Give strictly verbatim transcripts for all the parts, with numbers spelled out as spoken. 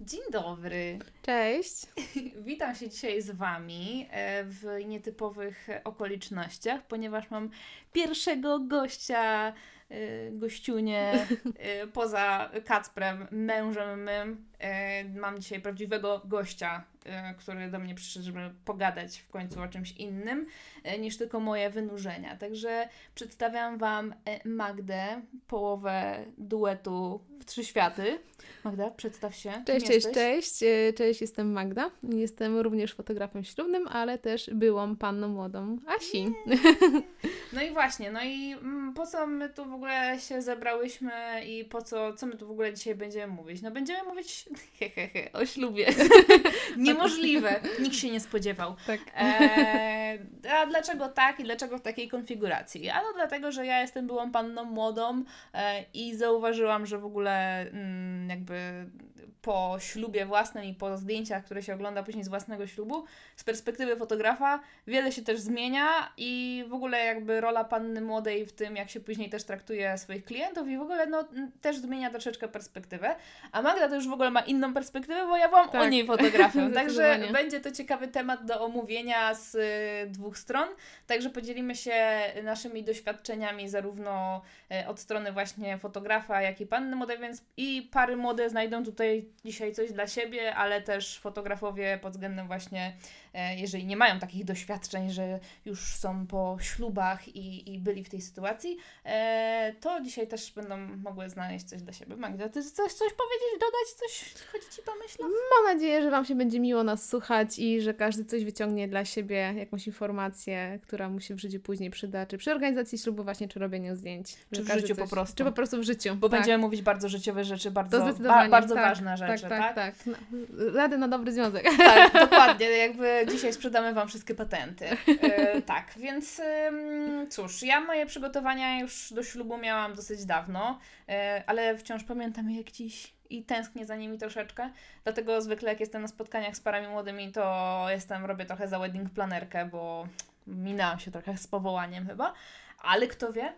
Dzień dobry. Cześć. Witam się dzisiaj z Wami w nietypowych okolicznościach, ponieważ mam pierwszego gościa, gościunię poza Kacprem, mężem mym. Mam dzisiaj prawdziwego gościa, który do mnie przyszedł, żeby pogadać w końcu o czymś innym niż tylko moje wynurzenia. Także przedstawiam Wam Magdę, połowę duetu w Trzy Światy. Magda, przedstaw się. Cześć, cześć, cześć. Cześć, jestem Magda. Jestem również fotografem ślubnym, ale też byłam panną młodą Asi. No i właśnie, no i po co my tu w ogóle się zebrałyśmy i po co, co my tu w ogóle dzisiaj będziemy mówić? No będziemy mówić he, he, he, o ślubie. Niemożliwe. Nikt się nie spodziewał. Tak. E, a dlaczego tak i dlaczego w takiej konfiguracji? A no dlatego, że ja jestem byłą panną młodą e, i zauważyłam, że w ogóle mm, jakby po ślubie własnym i po zdjęciach, które się ogląda później z własnego ślubu, z perspektywy fotografa wiele się też zmienia i w ogóle jakby rola panny młodej w tym, jak się później też traktuje swoich klientów i w ogóle no też zmienia troszeczkę perspektywę. A Magda to już w ogóle ma inną perspektywę, bo ja byłam tak. u niej fotografem. Także będzie to ciekawy temat do omówienia z y, dwóch stron. Także podzielimy się naszymi doświadczeniami zarówno y, od strony właśnie fotografa, jak i panny młodej, więc i pary młode znajdą tutaj dzisiaj coś dla siebie, ale też fotografowie pod względem właśnie, e, jeżeli nie mają takich doświadczeń, że już są po ślubach i, i byli w tej sytuacji, e, to dzisiaj też będą mogły znaleźć coś dla siebie. Magda, ty chcesz coś powiedzieć, dodać, coś chodzi Ci po myślach? Mam nadzieję, że Wam się będzie miło nas słuchać i że każdy coś wyciągnie dla siebie, jakąś informację, która mu się w życiu później przyda, czy przy organizacji ślubu właśnie, czy robieniu zdjęć. Czy w życiu coś, po prostu. Czy po prostu w życiu. Bo tak. będziemy mówić bardzo życiowe rzeczy, bardzo, to ba- bardzo tak, ważne rzeczy. Tak, tak, tak. tak. No, rady na dobry związek. Tak, dokładnie. Jakby dzisiaj sprzedamy Wam wszystkie patenty. E, tak, więc e, cóż, ja moje przygotowania już do ślubu miałam dosyć dawno, e, ale wciąż pamiętam je jak dziś i tęsknię za nimi troszeczkę. Dlatego zwykle jak jestem na spotkaniach z parami młodymi, to jestem, robię trochę za wedding planerkę, bo minęłam się trochę z powołaniem chyba, ale kto wie.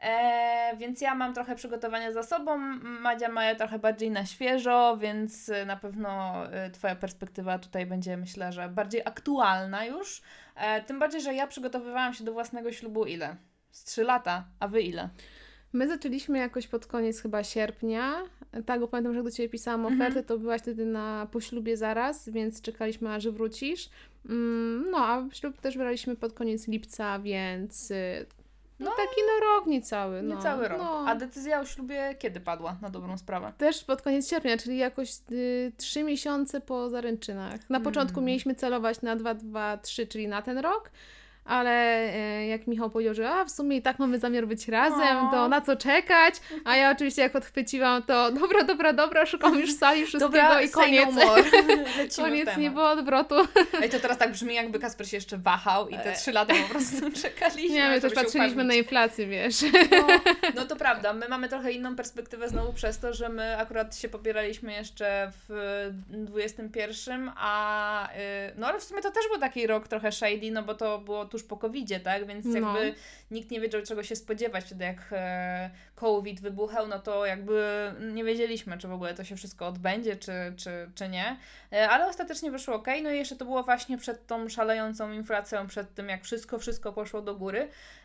E, więc ja mam trochę przygotowania za sobą, Madzia ma je trochę bardziej na świeżo, więc na pewno Twoja perspektywa tutaj będzie, myślę, że bardziej aktualna już. E, tym bardziej, że ja przygotowywałam się do własnego ślubu ile? Z trzy lata, a Wy ile? My zaczęliśmy jakoś pod koniec chyba sierpnia. Tak, bo pamiętam, że jak do Ciebie pisałam ofertę, mhm. to byłaś wtedy na poślubie zaraz, więc czekaliśmy, aż wrócisz. No, a ślub też braliśmy pod koniec lipca, więc no, no taki no rok niecały. No. Niecały rok. No. A decyzja o ślubie kiedy padła, na dobrą sprawę? Też pod koniec sierpnia, czyli jakoś y, trzy miesiące po zaręczynach. Na początku mm. mieliśmy celować na dwa dwa trzy, czyli na ten rok. Ale e, jak Michał powiedział, że a w sumie i tak mamy zamiar być razem, o. to na co czekać? A ja oczywiście jak odchwyciłam, to dobra, dobra, dobra, szukam już sali wszystkiego dobra, i koniec. No koniec, nie było odwrotu. I to teraz tak brzmi, jakby Kasper się jeszcze wahał i te trzy lata po prostu czekaliśmy. Nie, my też patrzyliśmy na inflację, wiesz. No, no to prawda, my mamy trochę inną perspektywę znowu przez to, że my akurat się pobieraliśmy jeszcze w dwudziestym pierwszym, a no ale w sumie to też był taki rok trochę shady, no bo to było tuż po kowidzie, tak? Więc jakby no. nikt nie wiedział, czego się spodziewać. Wtedy jak e, COVID wybuchał, no to jakby nie wiedzieliśmy, czy w ogóle to się wszystko odbędzie, czy, czy, czy nie. E, ale ostatecznie wyszło ok. No i jeszcze to było właśnie przed tą szalejącą inflacją, przed tym, jak wszystko, wszystko poszło do góry.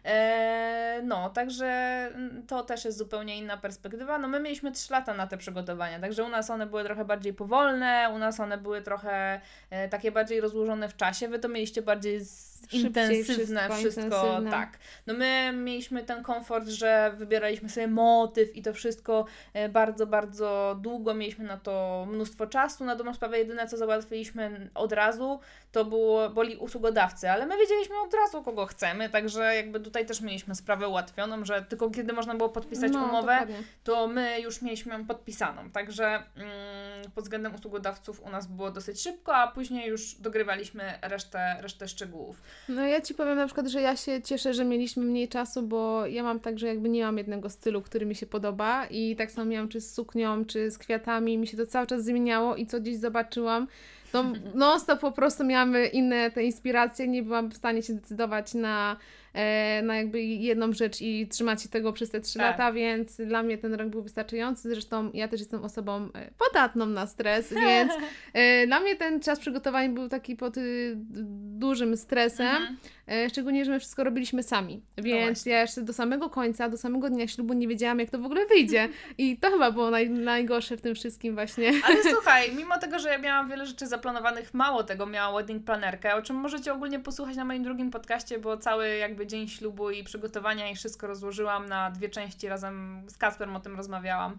E, no, także to też jest zupełnie inna perspektywa. No my mieliśmy trzy lata na te przygotowania, także u nas one były trochę bardziej powolne, u nas one były trochę e, takie bardziej rozłożone w czasie. Wy to mieliście bardziej z intensywne wszystko, wszystko intensywne. Tak. No my mieliśmy ten komfort, że wybieraliśmy sobie motyw i to wszystko bardzo, bardzo długo, mieliśmy na to mnóstwo czasu, na dobrą sprawę jedyne co załatwiliśmy od razu to było, byli usługodawcy, ale my wiedzieliśmy od razu kogo chcemy, także jakby tutaj też mieliśmy sprawę ułatwioną, że tylko kiedy można było podpisać no, umowę, dokładnie. to my już mieliśmy ją podpisaną, także mm, pod względem usługodawców u nas było dosyć szybko, a później już dogrywaliśmy resztę, resztę szczegółów. No ja Ci powiem na przykład, że ja się cieszę, że mieliśmy mniej czasu, bo ja mam tak, że jakby nie mam jednego stylu, który mi się podoba i tak samo miałam czy z suknią, czy z kwiatami, mi się to cały czas zmieniało i co dziś zobaczyłam, to non stop po prostu miałam inne te inspiracje, nie byłam w stanie się decydować na, e, na jakby jedną rzecz i trzymać się tego przez te trzy Tak. lata, więc dla mnie ten rok był wystarczający. Zresztą ja też jestem osobą e, podatną na stres, więc e, dla mnie ten czas przygotowań był taki pod y, dużym stresem, Mhm. e, szczególnie, że my wszystko robiliśmy sami, więc właśnie. ja jeszcze do samego końca, do samego dnia ślubu nie wiedziałam, jak to w ogóle wyjdzie i to chyba było naj, najgorsze w tym wszystkim właśnie. Ale słuchaj, mimo tego, że ja miałam wiele rzeczy zaplanowanych, mało tego, miałam wedding planerkę, o czym możecie ogólnie posłuchać na moim drugim podcaście, bo cały jakby dzień ślubu i przygotowania i wszystko rozłożyłam na dwie części, razem z Kacperem o tym rozmawiałam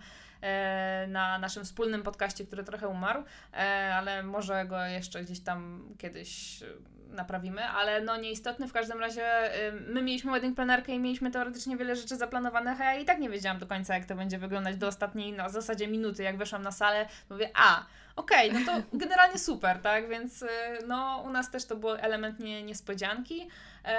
e, na naszym wspólnym podcaście, który trochę umarł, e, ale może go jeszcze gdzieś tam kiedyś naprawimy, ale no nieistotne, w każdym razie y, my mieliśmy wedding planerkę i mieliśmy teoretycznie wiele rzeczy zaplanowanych, a ja i tak nie wiedziałam do końca, jak to będzie wyglądać do ostatniej, na zasadzie minuty, jak weszłam na salę, mówię, a, okej, okay, no to generalnie super, tak, więc y, no u nas też to był element nie, niespodzianki,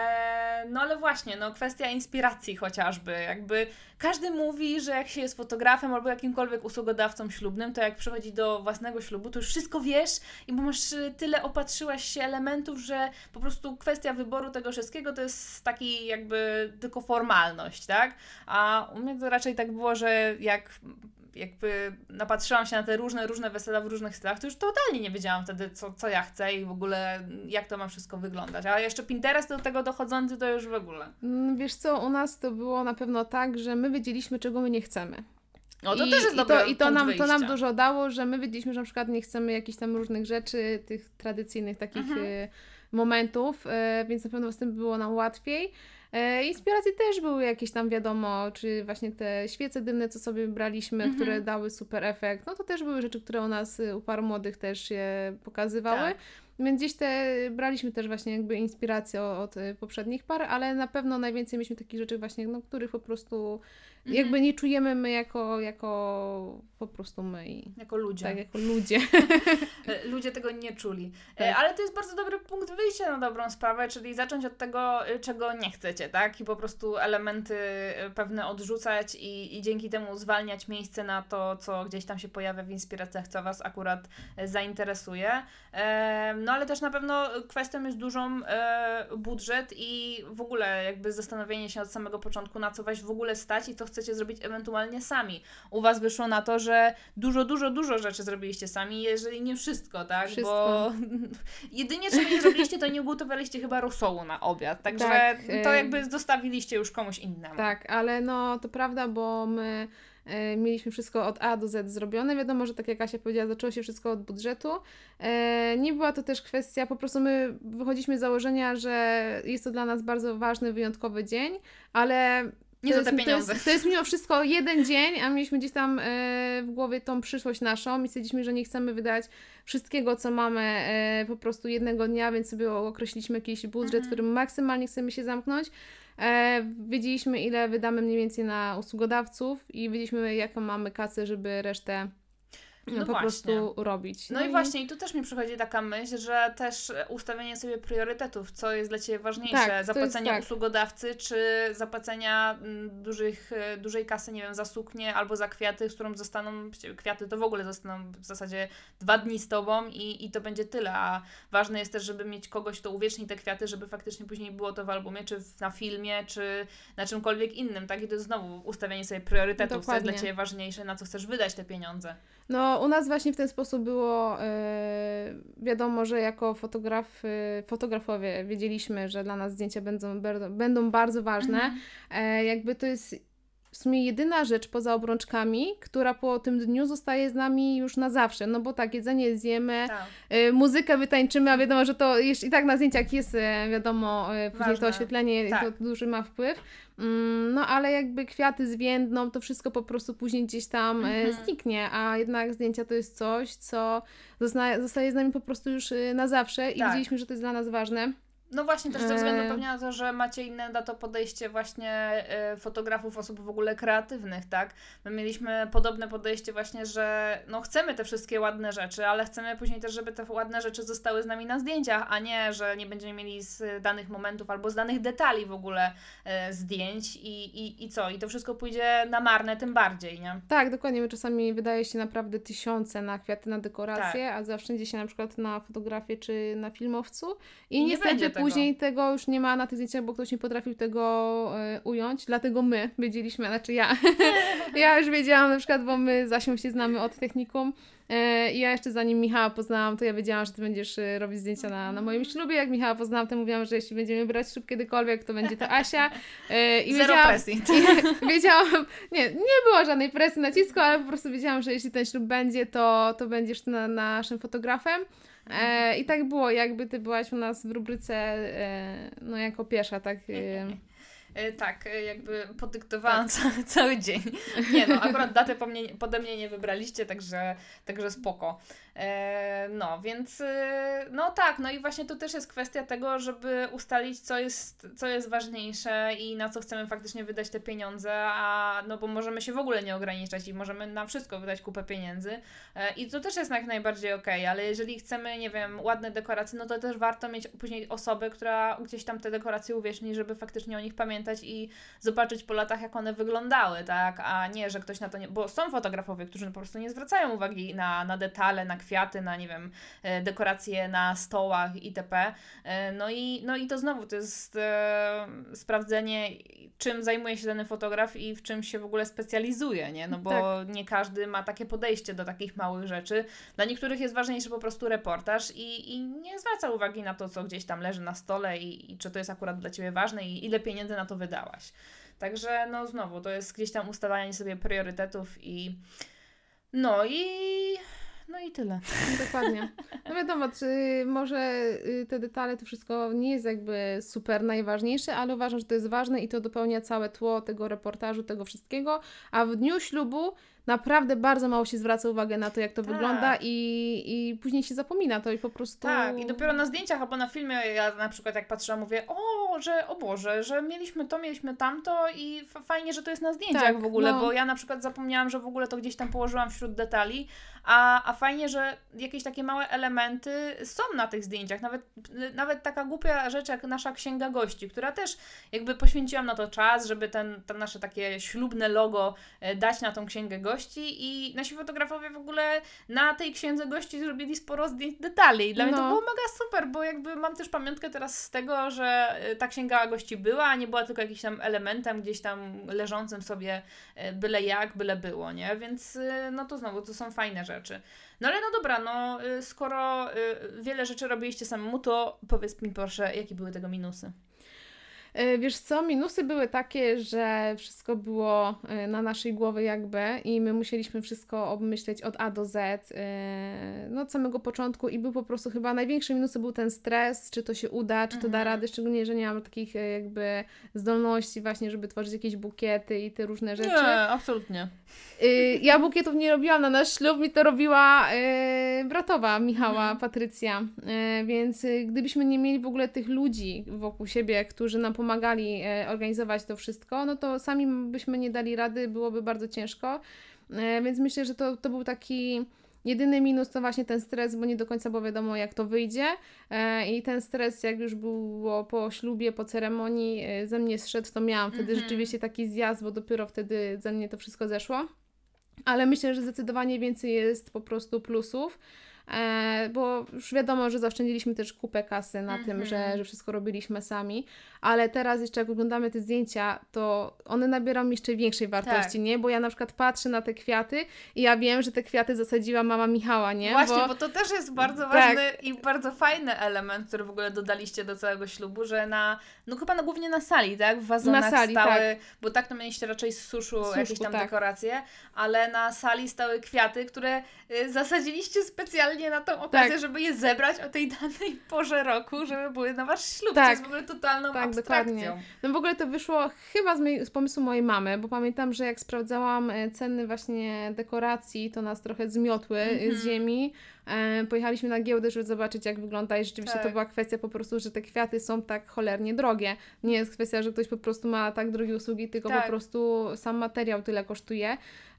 e, no ale właśnie, no kwestia inspiracji chociażby, jakby każdy mówi, że jak się jest fotografem albo jakimkolwiek usługodawcą ślubnym, to jak przychodzi do własnego ślubu, to już wszystko wiesz i bo masz y, tyle opatrzyłaś się elementów, że po prostu kwestia wyboru tego wszystkiego to jest taki jakby tylko formalność, tak? A u mnie to raczej tak było, że jak jakby napatrzyłam się na te różne, różne wesela w różnych stylach, to już totalnie nie wiedziałam wtedy, co, co ja chcę i w ogóle jak to ma wszystko wyglądać. A jeszcze Pinterest do tego dochodzący to już w ogóle. Wiesz co, u nas to było na pewno tak, że my wiedzieliśmy, czego my nie chcemy. No to I, też jest i dobry to, i to punkt nam, wyjścia. to nam dużo dało, że my wiedzieliśmy, że na przykład nie chcemy jakichś tam różnych rzeczy, tych tradycyjnych takich Mhm. y, momentów, y, więc na pewno z tym było nam łatwiej. E, Inspiracje też były jakieś tam, wiadomo, czy właśnie te świece dymne, co sobie braliśmy, Mhm. które dały super efekt, no to też były rzeczy, które u nas, y, u par młodych też się pokazywały. Tak. Więc gdzieś te braliśmy też właśnie jakby inspirację od, od y, poprzednich par, ale na pewno najwięcej mieliśmy takich rzeczy właśnie, no, których po prostu Mhm. jakby nie czujemy my jako, jako po prostu my. I, Jako ludzie. tak, jako ludzie. Ludzie tego nie czuli. Tak. E, Ale to jest bardzo dobry punkt wyjścia na dobrą sprawę, czyli zacząć od tego, y, czego nie chcecie, tak? I po prostu elementy y, pewne odrzucać i, i dzięki temu zwalniać miejsce na to, co gdzieś tam się pojawia w inspiracjach, co Was akurat e, zainteresuje. E, No ale też na pewno kwestią jest dużą e, budżet i w ogóle jakby zastanowienie się od samego początku, na co Was w ogóle stać i co chcecie zrobić ewentualnie sami. U Was wyszło na to, że dużo, dużo, dużo rzeczy zrobiliście sami, jeżeli nie wszystko, tak? Wszystko. Bo jedynie czego nie zrobiliście, to nie ugotowaliście chyba rosołu na obiad, także Tak, to e, jakby zostawiliście już komuś innemu. Tak, ale no to prawda, bo my e, mieliśmy wszystko od A do Z zrobione. Wiadomo, że tak jak Asia powiedziała, zaczęło się wszystko od budżetu. E, nie była to też kwestia, po prostu my wychodziliśmy z założenia, że jest to dla nas bardzo ważny, wyjątkowy dzień, ale Nie to za te jest, to, pieniądze. jest, to jest mimo wszystko jeden dzień, a mieliśmy gdzieś tam e, w głowie tą przyszłość naszą i stwierdziliśmy, że nie chcemy wydać wszystkiego, co mamy e, po prostu jednego dnia, więc sobie określiliśmy jakiś budżet, Mhm. w którym maksymalnie chcemy się zamknąć. E, wiedzieliśmy, ile wydamy mniej więcej na usługodawców i wiedzieliśmy, jaką mamy kasę, żeby resztę No po właśnie. prostu robić. No i właśnie, i tu też mi przychodzi taka myśl, że też ustawienie sobie priorytetów, co jest dla Ciebie ważniejsze, Tak, to jest zapłacenie tak. usługodawcy, czy zapłacenia mm, dużych, e, dużej kasy, nie wiem, za suknię albo za kwiaty, z którą zostaną, kwiaty to w ogóle zostaną w zasadzie dwa dni z Tobą i, i to będzie tyle, a ważne jest też, żeby mieć kogoś, kto uwieczni te kwiaty, żeby faktycznie później było to w albumie, czy w, na filmie, czy na czymkolwiek innym, tak? I to jest znowu ustawienie sobie priorytetów, co jest Dokładnie. dla Ciebie ważniejsze, na co chcesz wydać te pieniądze. No, u nas właśnie w ten sposób było e, wiadomo, że jako fotograf, e, fotografowie wiedzieliśmy, że dla nas zdjęcia będą, będą, będą bardzo ważne. Mhm. E, jakby to jest w sumie jedyna rzecz poza obrączkami, która po tym dniu zostaje z nami już na zawsze. No bo tak, jedzenie zjemy, Tak. e, muzykę wytańczymy, a wiadomo, że to jeszcze i tak na zdjęciach jest, e, wiadomo, e, później Ważne. to oświetlenie, Tak. to duży ma wpływ. Mm, no ale jakby kwiaty zwiędną, to wszystko po prostu później gdzieś tam e, Mhm. zniknie, a jednak zdjęcia to jest coś, co zostaje, zostaje z nami po prostu już e, na zawsze i Tak. wiedzieliśmy, że to jest dla nas ważne. No właśnie, też ze względu pewnie na to, że macie inne na to podejście właśnie y, fotografów, osób w ogóle kreatywnych, tak? My mieliśmy podobne podejście właśnie, że no chcemy te wszystkie ładne rzeczy, ale chcemy później też, żeby te ładne rzeczy zostały z nami na zdjęciach, a nie, że nie będziemy mieli z danych momentów albo z danych detali w ogóle y, zdjęć i, i, i co? I to wszystko pójdzie na marne tym bardziej, nie? Tak, dokładnie. My czasami wydaje się naprawdę tysiące na kwiaty, na dekoracje, tak. a zaoszczędzi się na przykład na fotografię czy na filmowcu i, I niestety później tego. tego już nie ma na tych zdjęciach, bo ktoś nie potrafił tego y, ująć, dlatego my wiedzieliśmy, znaczy ja, ja już wiedziałam na przykład, bo my z Asią się znamy od technikum y, i ja jeszcze zanim Michała poznałam, to ja wiedziałam, że Ty będziesz y, robić zdjęcia na, na moim ślubie. Jak Michała poznałam, to mówiłam, że jeśli będziemy brać ślub kiedykolwiek, to będzie to Asia. Y, i Zero presji. I, wiedziałam, nie, nie było żadnej presji, nacisku, ale po prostu wiedziałam, że jeśli ten ślub będzie, to, to będziesz Ty na, naszym fotografem. E, I tak było, jakby Ty byłaś u nas w rubryce, e, no jako pierwsza, tak? E, tak, jakby podyktowałam tak. Cały, cały dzień. Nie no, akurat datę po mnie, pode mnie nie wybraliście, także, także spoko. E, no, więc no tak, no i właśnie to też jest kwestia tego, żeby ustalić, co jest, co jest ważniejsze i na co chcemy faktycznie wydać te pieniądze, a no bo możemy się w ogóle nie ograniczać i możemy na wszystko wydać kupę pieniędzy e, i to też jest jak najbardziej okej, okay, ale jeżeli chcemy, nie wiem, ładne dekoracje, no to też warto mieć później osobę, która gdzieś tam te dekoracje uwieczni, żeby faktycznie o nich pamiętać i zobaczyć po latach, jak one wyglądały, tak, a nie, że ktoś na to nie, bo są fotografowie, którzy po prostu nie zwracają uwagi na, na detale, na kwiaty, na, nie wiem, dekoracje na stołach itp. No i, no i to znowu, to jest e, sprawdzenie, czym zajmuje się dany fotograf i w czym się w ogóle specjalizuje, nie? No bo tak. nie każdy ma takie podejście do takich małych rzeczy. Dla niektórych jest ważniejszy po prostu reportaż i, i nie zwraca uwagi na to, co gdzieś tam leży na stole i, i czy to jest akurat dla Ciebie ważne i ile pieniędzy na to wydałaś. Także no znowu, to jest gdzieś tam ustawianie sobie priorytetów i no i no i tyle. Dokładnie. No wiadomo, czy może te detale, to wszystko nie jest jakby super najważniejsze, ale uważam, że to jest ważne i to dopełnia całe tło tego reportażu, tego wszystkiego, a w dniu ślubu naprawdę bardzo mało się zwraca uwagę na to, jak to tak. wygląda i, i później się zapomina to i po prostu... Tak, i dopiero na zdjęciach albo na filmie ja na przykład jak patrzyłam, mówię, o, że o Boże, że mieliśmy to, mieliśmy tamto i f- fajnie, że to jest na zdjęciach tak, w ogóle, no. bo ja na przykład zapomniałam, że w ogóle to gdzieś tam położyłam wśród detali, a, a fajnie, że jakieś takie małe elementy są na tych zdjęciach, nawet, nawet taka głupia rzecz jak nasza księga gości, która też jakby poświęciłam na to czas, żeby ten, to nasze takie ślubne logo dać na tą księgę gości i nasi fotografowie w ogóle na tej księdze gości zrobili sporo zdjęć detali i dla no. mnie to było mega super, bo jakby mam też pamiątkę teraz z tego, że ta księga gości była, a nie była tylko jakimś tam elementem gdzieś tam leżącym sobie byle jak, byle było, nie? Więc no to znowu, to są fajne rzeczy. No ale no dobra, no skoro wiele rzeczy robiliście samemu, to powiedz mi proszę, jakie były tego minusy? Wiesz co, minusy były takie, że wszystko było na naszej głowie jakby i my musieliśmy wszystko obmyśleć od A do Z, no od samego początku i był po prostu chyba największy minus to był ten stres, czy to się uda, czy to da radę, szczególnie, że nie mam takich jakby zdolności właśnie, żeby tworzyć jakieś bukiety i te różne rzeczy. Nie, absolutnie. Ja bukietów nie robiłam na nasz ślub, mi to robiła bratowa Michała, mhm. Patrycja, więc gdybyśmy nie mieli w ogóle tych ludzi wokół siebie, którzy nam pomagali organizować to wszystko, no to sami byśmy nie dali rady, byłoby bardzo ciężko, więc myślę, że to, to był taki jedyny minus, to właśnie ten stres, bo nie do końca było wiadomo, jak to wyjdzie i ten stres, jak już było po ślubie, po ceremonii, ze mnie zszedł, to miałam wtedy mm-hmm. rzeczywiście taki zjazd, bo dopiero wtedy ze mnie to wszystko zeszło, ale myślę, że zdecydowanie więcej jest po prostu plusów, E, bo już wiadomo, że zaoszczędziliśmy też kupę kasy na mm-hmm. tym, że, że wszystko robiliśmy sami, ale teraz jeszcze jak oglądamy te zdjęcia, to one nabierają jeszcze większej wartości, tak. nie? Bo ja na przykład patrzę na te kwiaty i ja wiem, że te kwiaty zasadziła mama Michała, nie? Właśnie, bo, bo to też jest bardzo ważny tak. i bardzo fajny element, który w ogóle dodaliście do całego ślubu, że na, no chyba no, głównie na sali, tak? W wazonach na sali, stały, tak. bo tak to mieliście raczej z suszu, z jakieś tam tak. dekoracje, ale na sali stały kwiaty, które y, zasadziliście specjalnie specjalnie na tą okazję, Tak. żeby je zebrać o tej danej porze roku, żeby były na wasz ślub. Tak. To jest w ogóle totalną Tak, abstrakcją. dokładnie. No w ogóle to wyszło chyba z, mojej, z pomysłu mojej mamy, bo pamiętam, że jak sprawdzałam e, ceny właśnie dekoracji, to nas trochę zmiotły Mhm. z ziemi. E, pojechaliśmy na giełdę, żeby zobaczyć, jak wygląda i rzeczywiście Tak. to była kwestia po prostu, że te kwiaty są tak cholernie drogie. Nie jest kwestia, że ktoś po prostu ma tak drogie usługi, tylko Tak. po prostu sam materiał tyle kosztuje.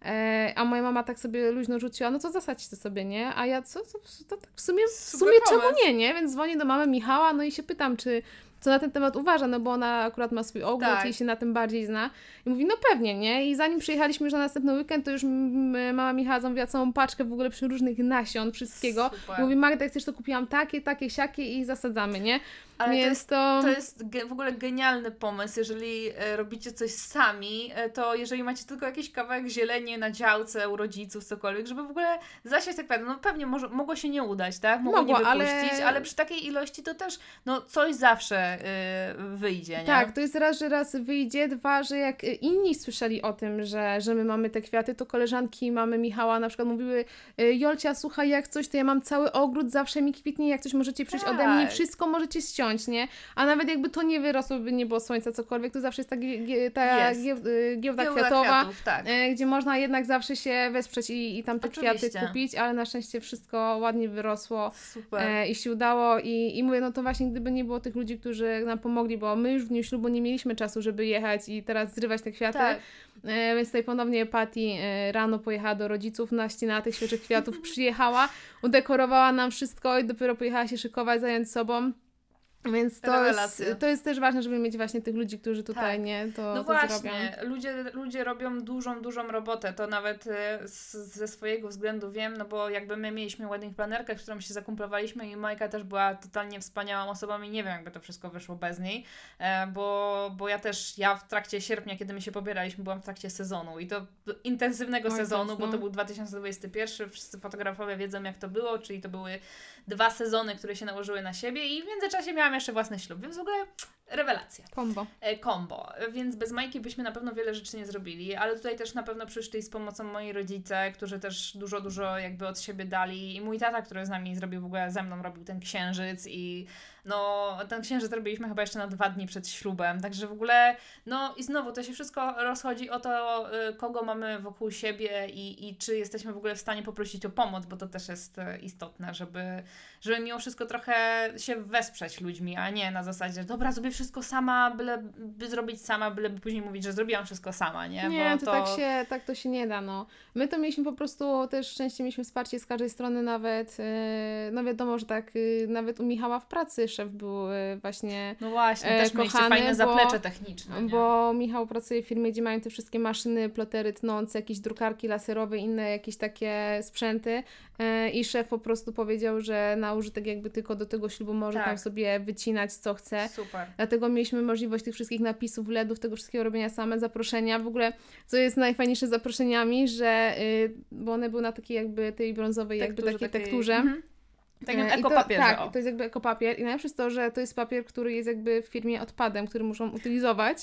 E, a moja mama tak sobie luźno rzuciła, no to zasadźcie sobie, nie? A ja co? co to tak w sumie, w Super sumie czemu pomysł. nie, nie? Więc dzwonię do mamy Michała, no i się pytam, czy co na ten temat uważa, no bo ona akurat ma swój ogród Tak. i się na tym bardziej zna. I mówi, no pewnie, nie? I zanim przyjechaliśmy już na następny weekend, to już m- mama Michała zamówiła całą paczkę w ogóle przeróżnych nasion, wszystkiego. Super. I mówi, Magda, jak chcesz, to kupiłam takie, takie, siakie i zasadzamy, nie? Ale to Więc jest, to... to jest ge- w ogóle genialny pomysł, jeżeli e, robicie coś sami, e, to jeżeli macie tylko jakiś kawałek zieleni na działce u rodziców, cokolwiek, żeby w ogóle zasiać tak kwiaty, no pewnie może, mogło się nie udać, tak? Mogło, Mogło, nie ale- wypuścić, ale... przy takiej ilości to też, no coś zawsze e, wyjdzie, nie? Tak, to jest raz, że raz wyjdzie, dwa, że jak y, inni słyszeli o tym, że, że my mamy te kwiaty, to koleżanki mamy Michała na przykład mówiły, y, Jolcia, słuchaj, jak coś, to ja mam cały ogród, zawsze mi kwitnie, jak coś możecie przyjść ode mnie, Tak. wszystko możecie ściąć, nie? A nawet jakby to nie wyrosło, by nie było słońca, cokolwiek, to zawsze jest ta, gie- gie- ta Jest. gieł- y, giełda, Giełda kwiatowa, kwiatów, tak. y, gdzie można jednak zawsze się wesprzeć i, i tam te Oczywiście. kwiaty kupić, ale na szczęście wszystko ładnie wyrosło. Super. E, I się udało i, i mówię, no to właśnie gdyby nie było tych ludzi, którzy nam pomogli, bo my już w dniu ślubu nie mieliśmy czasu, żeby jechać i teraz zrywać te kwiaty, Tak. e, więc tutaj ponownie Patty e, rano pojechała do rodziców na ścinała tych świeżych kwiatów, przyjechała, udekorowała nam wszystko i dopiero pojechała się szykować, zająć sobą. Więc to Rewelacja. jest, to jest też ważne, żeby mieć właśnie tych ludzi, którzy tutaj Tak. nie to, No to właśnie, zrobią. ludzie, ludzie robią dużą, dużą robotę, to nawet e, z, ze swojego względu wiem, no bo jakby my mieliśmy wedding planerkę, z którą się zakumplowaliśmy i Majka też była totalnie wspaniałą osobą i nie wiem, jakby to wszystko wyszło bez niej, e, bo, bo ja też, ja w trakcie sierpnia, kiedy my się pobieraliśmy, byłam w trakcie sezonu i to intensywnego Oj, sezonu, tak, bo no. to był dwa tysiące dwudziesty pierwszy, wszyscy fotografowie wiedzą, jak to było, czyli to były dwa sezony, które się nałożyły na siebie i w międzyczasie miałam jeszcze własny ślub, więc w ogóle rewelacja. Kombo. E, Kombo, więc bez Majki byśmy na pewno wiele rzeczy nie zrobili, ale tutaj też na pewno przyszli z pomocą moi rodzice, którzy też dużo, dużo jakby od siebie dali i mój tata, który z nami zrobił w ogóle, ze mną robił ten księżyc i no ten księżyc robiliśmy chyba jeszcze na dwa dni przed ślubem, także w ogóle no i znowu to się wszystko rozchodzi o to, y, kogo mamy wokół siebie i, i czy jesteśmy w ogóle w stanie poprosić o pomoc, bo to też jest y, istotne, żeby, żeby mimo wszystko trochę się wesprzeć ludźmi, a nie na zasadzie, dobra, zrobię wszystko sama, byle by zrobić sama, byle by później mówić, że zrobiłam wszystko sama, nie? Nie, Bo to, tak, się, tak to się nie da, no. My to mieliśmy po prostu, też szczęście mieliśmy wsparcie z każdej strony, nawet, yy, no wiadomo, że tak, yy, nawet u Michała w pracy szef był yy, właśnie, No właśnie, e, też mieliście kochany, fajne bo- zaplecze techniczne, nie? bo Michał pracuje w firmie, gdzie mają te wszystkie maszyny, plotery tnące, jakieś drukarki laserowe, inne jakieś takie sprzęty yy, i szef po prostu powiedział, że na użytek jakby tylko do tego ślubu może Tak. tam sobie wycinać co chce. Super. Dlatego mieliśmy możliwość tych wszystkich napisów, ledów, tego wszystkiego robienia same, zaproszenia. W ogóle, co jest najfajniejsze z zaproszeniami, że, y, bo one były na takiej jakby tej brązowej jakby Tekturze takiej takiej- tekturze. Mhm. Takim E, i to- ekopapierze, Tak, o. i to jest jakby ekopapier. I najlepsze jest to, że to jest papier, który jest jakby w firmie odpadem, który muszą utylizować,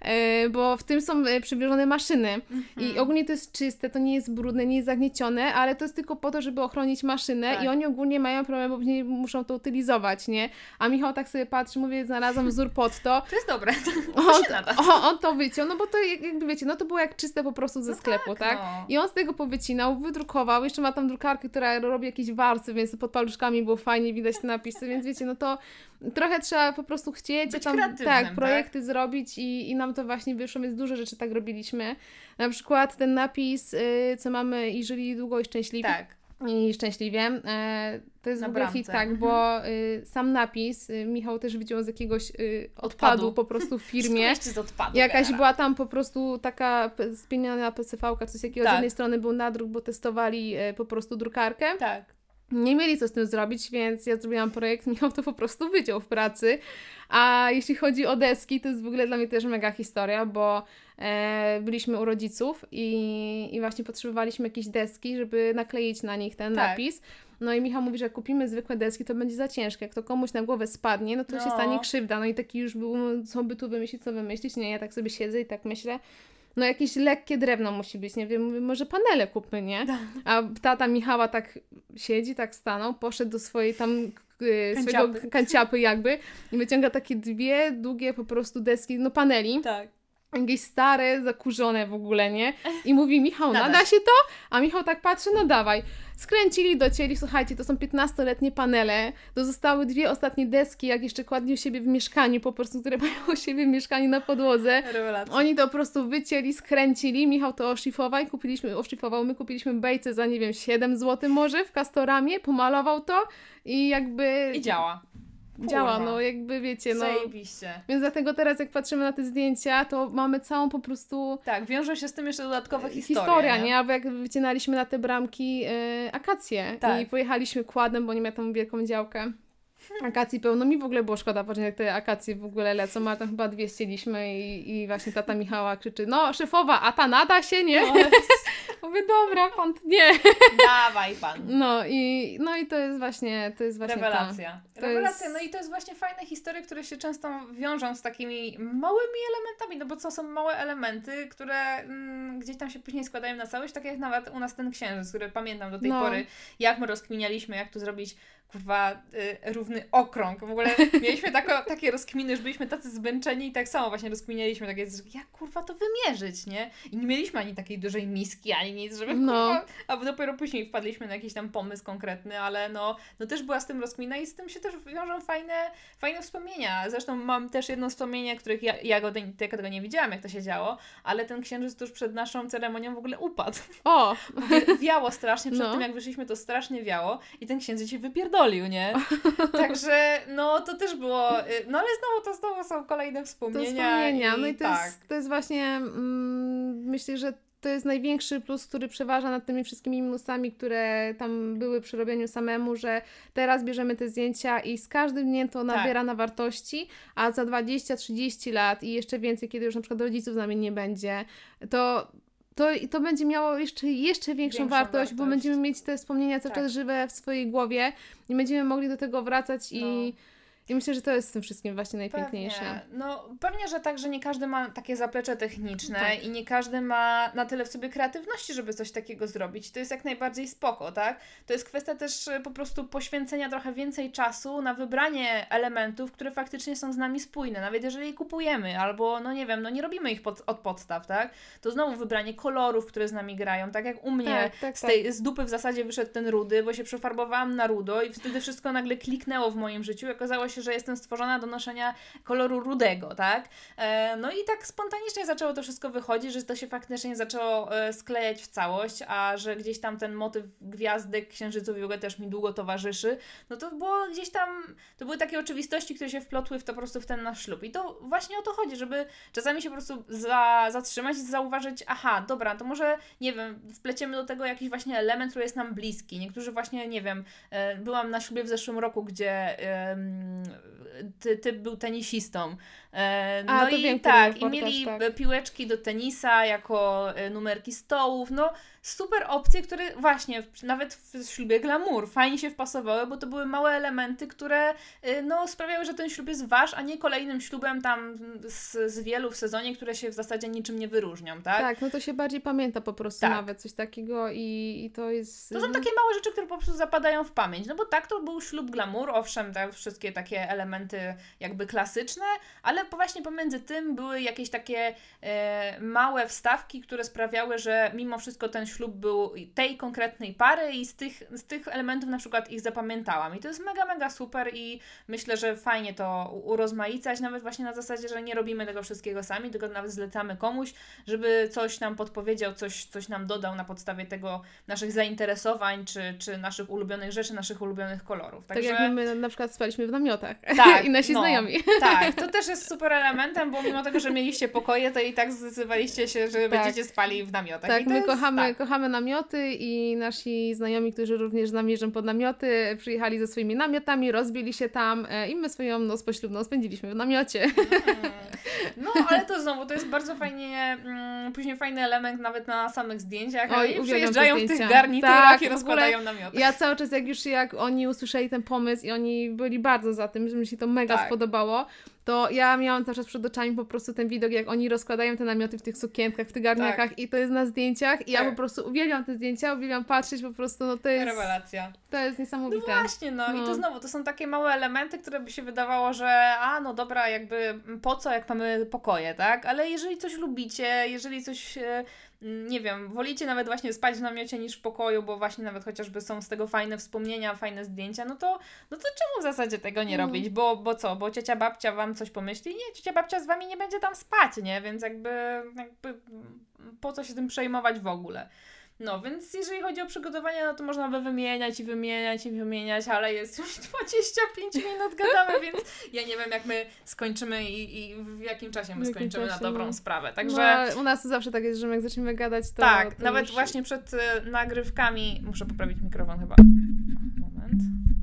e, bo w tym są e, przywiezione maszyny. I Mhm. ogólnie to jest czyste, to nie jest brudne, nie jest zagniecione, ale to jest tylko po to, żeby ochronić maszynę Tak. i oni ogólnie mają problem, bo później muszą to utylizować, nie? A Michał tak sobie patrzy, mówię, znalazłam wzór pod to. To jest dobre, to On, się nada. o, on to wyciął, no bo to jak- jakby wiecie, no to było jak czyste po prostu ze No sklepu, tak, tak? no. I on z tego powycinał, wydrukował, jeszcze ma tam drukarkę, która robi jakieś warstwy, więc pod paluszkami było fajnie widać te napisy, więc wiecie, no to trochę trzeba po prostu chcieć, Być tam kreatywnym, tak, projekty zrobić i, i nam to właśnie wyszło, więc dużo rzeczy tak robiliśmy. Na przykład ten napis, y, co mamy i żyli długo i szczęśliwie. Tak. I szczęśliwie. E, to jest Na w ogóle bramce. hit, tak, Mhm. bo y, sam napis y, Michał też wyciął z jakiegoś y, odpadu, Odpadu. po prostu w Wszystko firmie. jeszcze z odpadu. Jakaś Gara. była tam po prostu taka p- spieniona P C V-ka, coś jakiego Tak. z jednej strony był nadruk, bo testowali e, po prostu drukarkę. Tak. Nie mieli co z tym zrobić, więc ja zrobiłam projekt, Michał to po prostu wyciął w pracy. A jeśli chodzi o deski, to jest w ogóle dla mnie też mega historia, bo e, byliśmy u rodziców i, i właśnie potrzebowaliśmy jakieś deski, żeby nakleić na nich ten Tak. napis. No i Michał mówi, że jak kupimy zwykłe deski, to będzie za ciężkie. Jak to komuś na głowę spadnie, no to No. się stanie krzywda. No i taki już był, co by tu wymyślić, co wymyślić. Nie, ja tak sobie siedzę i tak myślę. no jakieś lekkie drewno musi być, nie wiem, mówię, może panele kupmy, nie? A tata Michała tak siedzi, tak stanął, poszedł do swojej tam y, swojego Kanciapy. kanciapy jakby i wyciąga takie dwie długie po prostu deski, no paneli. Tak. Jakieś stare, zakurzone w ogóle, nie? I mówi, Michał, Nada nada się to? A Michał tak patrzy, no dawaj. Skręcili, docięli, słuchajcie, to są piętnastoletnie panele, to zostały dwie ostatnie deski, jak jeszcze kładli u siebie w mieszkaniu, po prostu, które mają u siebie w mieszkaniu na podłodze. Rewelacja. Oni to po prostu wycięli, skręcili, Michał to oszlifował, kupiliśmy, oszlifował, my kupiliśmy bejce za, nie wiem, siedem złotych może w Castoramie, pomalował to i jakby... I działa. Działa, Kurwa. no jakby wiecie, no... Zajebiście. Więc dlatego teraz jak patrzymy na te zdjęcia, to mamy całą po prostu... Tak, wiążą się z tym jeszcze dodatkowe historie. Historia, nie? nie? Albo jak wycinaliśmy na te bramki e, akacje Tak. i pojechaliśmy kładem, bo nie miała tam wielką działkę. Akacji pełno. Mi w ogóle było szkoda, patrzeć jak te akacje w ogóle lecą, ale tam chyba dwie ścieliśmy i, i właśnie tata Michała krzyczy, no szefowa, a ta nada się, nie? No, Mówię, dobra, pan, nie. dawaj pan. No i, no i to jest właśnie, to jest właśnie Rewelacja. To Rewelacja. jest- No i to jest właśnie fajne historie, które się często wiążą z takimi małymi elementami, no bo co są małe elementy, które mm, gdzieś tam się później składają na całość, tak jak nawet u nas ten księżyc, który pamiętam do tej No. pory, jak my rozkminialiśmy, jak tu zrobić kurwa y, równy okrąg. W ogóle mieliśmy tako, takie rozkminy, że byliśmy tacy zmęczeni i tak samo właśnie rozkminialiśmy takie, że jak kurwa to wymierzyć, nie? I nie mieliśmy ani takiej dużej miski, ani nic, żeby No. kurwa, a dopiero później wpadliśmy na jakiś tam pomysł konkretny, ale no, no też była z tym rozkmina i z tym się też wiążą fajne, fajne wspomnienia. Zresztą mam też jedno wspomnienie, których ja, ja go, ja tego nie widziałam, jak to się działo, ale ten księżyc tuż przed naszą ceremonią w ogóle upadł. O, Wi- Wiało strasznie, przed No. tym jak wyszliśmy to strasznie wiało i ten księżyc się wypierdolił, nie? Także no to też było, y, no ale znowu to znowu są kolejne to wspomnienia. wspomnienia. i No i to, tak. jest, to jest właśnie, mm, myślę, że to jest największy plus, który przeważa nad tymi wszystkimi minusami, które tam były przy robieniu samemu, że teraz bierzemy te zdjęcia i z każdym dniem to nabiera na wartości, a za dwadzieścia trzydzieści lat i jeszcze więcej, kiedy już na przykład rodziców z nami nie będzie, to to, to będzie miało jeszcze, jeszcze większą, Większą wartość, wartość. bo będziemy mieć te wspomnienia cały Tak. czas żywe w swojej głowie i będziemy mogli do tego wracać i, No. i myślę, że to jest w tym wszystkim właśnie najpiękniejsze. Pewnie. No pewnie, że tak, że nie każdy ma takie zaplecze techniczne Tak. i nie każdy ma na tyle w sobie kreatywności, żeby coś takiego zrobić. To jest jak najbardziej spoko, tak? To jest kwestia też e, po prostu poświęcenia trochę więcej czasu na wybranie elementów, które faktycznie są z nami spójne. Nawet jeżeli je kupujemy, albo no nie wiem, no nie robimy ich pod, od podstaw, tak? To znowu wybranie kolorów, które z nami grają, tak jak u mnie Tak, tak, z, tej, z dupy w zasadzie wyszedł ten rudy, bo się przefarbowałam na rudo i wtedy wszystko nagle kliknęło w moim życiu i okazało się, że jestem stworzona do noszenia koloru rudego, tak? E, no i tak spontanicznie zaczęło to wszystko wychodzić, że to się faktycznie zaczęło e, sklejać w całość, a że gdzieś tam ten motyw gwiazdek, księżyców i w ogóle też mi długo towarzyszy, no to było gdzieś tam, to były takie oczywistości, które się wplotły w to po prostu w ten nasz ślub. I to właśnie o to chodzi, żeby czasami się po prostu za, zatrzymać i zauważyć, aha, dobra, to może, nie wiem, wpleciemy do tego jakiś właśnie element, który jest nam bliski. Niektórzy właśnie, nie wiem, e, byłam na ślubie w zeszłym roku, gdzie em, ty, ty był tenisistą. E, A, no to i wiem, który tak, i reportaż, mieli tak. piłeczki do tenisa jako e, numerki stołów, no super opcje, które właśnie w, nawet w ślubie glamour fajnie się wpasowały, bo to były małe elementy, które e, no sprawiały, że ten ślub jest wasz, a nie kolejnym ślubem tam z, z wielu w sezonie, które się w zasadzie niczym nie wyróżnią, tak? Tak, no to się bardziej pamięta po prostu Tak. nawet coś takiego i, i to jest... To są takie małe rzeczy, które po prostu zapadają w pamięć. No bo tak, to był ślub glamour, owszem, tak, wszystkie takie elementy jakby klasyczne, ale po- właśnie pomiędzy tym były jakieś takie e, małe wstawki, które sprawiały, że mimo wszystko ten ślub był tej konkretnej pary i z tych, z tych elementów na przykład ich zapamiętałam. I to jest mega, mega super i myślę, że fajnie to u- urozmaicać, nawet właśnie na zasadzie, że nie robimy tego wszystkiego sami, tylko nawet zlecamy komuś, żeby coś nam podpowiedział, coś, coś nam dodał na podstawie tego naszych zainteresowań, czy, czy naszych ulubionych rzeczy, naszych ulubionych kolorów. Tak Także, jak my na przykład spaliśmy w namiotach Tak, i nasi no. znajomi. Tak, to też jest super elementem, bo mimo tego, że mieliście pokoje, to i tak zdecydowaliście się, że Tak. będziecie spali w namiotach. Tak, I to my jest, kochamy, tak. kochamy namioty i nasi znajomi, którzy również z nami jeżdżą pod namioty, przyjechali ze swoimi namiotami, rozbili się tam e, i my swoją noc poślubną spędziliśmy w namiocie. Mm. No, ale to znowu, to jest bardzo fajnie, mm, później fajny element nawet na samych zdjęciach, Oj, Oj, uwielbiam przyjeżdżają te w tych zdjęcia. garniturach Tak, i w ogóle rozkładają namioty. Ja cały czas, jak już jak oni usłyszeli ten pomysł i oni byli bardzo za tym, że mi się to mega Tak. spodobało, to ja miałam cały czas przed oczami po prostu ten widok, jak oni rozkładają te namioty w tych sukienkach, w tych garniakach tak. i to jest na zdjęciach i tak. ja po prostu uwielbiam te zdjęcia, uwielbiam patrzeć po prostu, no to jest... Rewelacja. To jest niesamowite. No właśnie, no, no i to znowu, to są takie małe elementy, które by się wydawało, że a no dobra, jakby po co, jak mamy pokoje, tak? Ale jeżeli coś lubicie, jeżeli coś... nie wiem, wolicie nawet właśnie spać w namiocie niż w pokoju, bo właśnie nawet chociażby są z tego fajne wspomnienia, fajne zdjęcia, no to, no to czemu w zasadzie tego nie robić? Mm. Bo, bo co? Bo ciocia babcia wam coś pomyśli? Nie, ciocia babcia z wami nie będzie tam spać, nie? Więc jakby, jakby po co się tym przejmować w ogóle? No, więc jeżeli chodzi o przygotowania, no to można by wymieniać i wymieniać i wymieniać, ale jest już dwadzieścia pięć minut gadamy, więc ja nie wiem, jak my skończymy i, i w jakim czasie my skończymy na dobrą sprawę. Także no, u nas to zawsze tak jest, że jak zaczniemy gadać, to... Tak, to nawet już... właśnie przed y, nagrywkami... Muszę poprawić mikrofon chyba. Moment.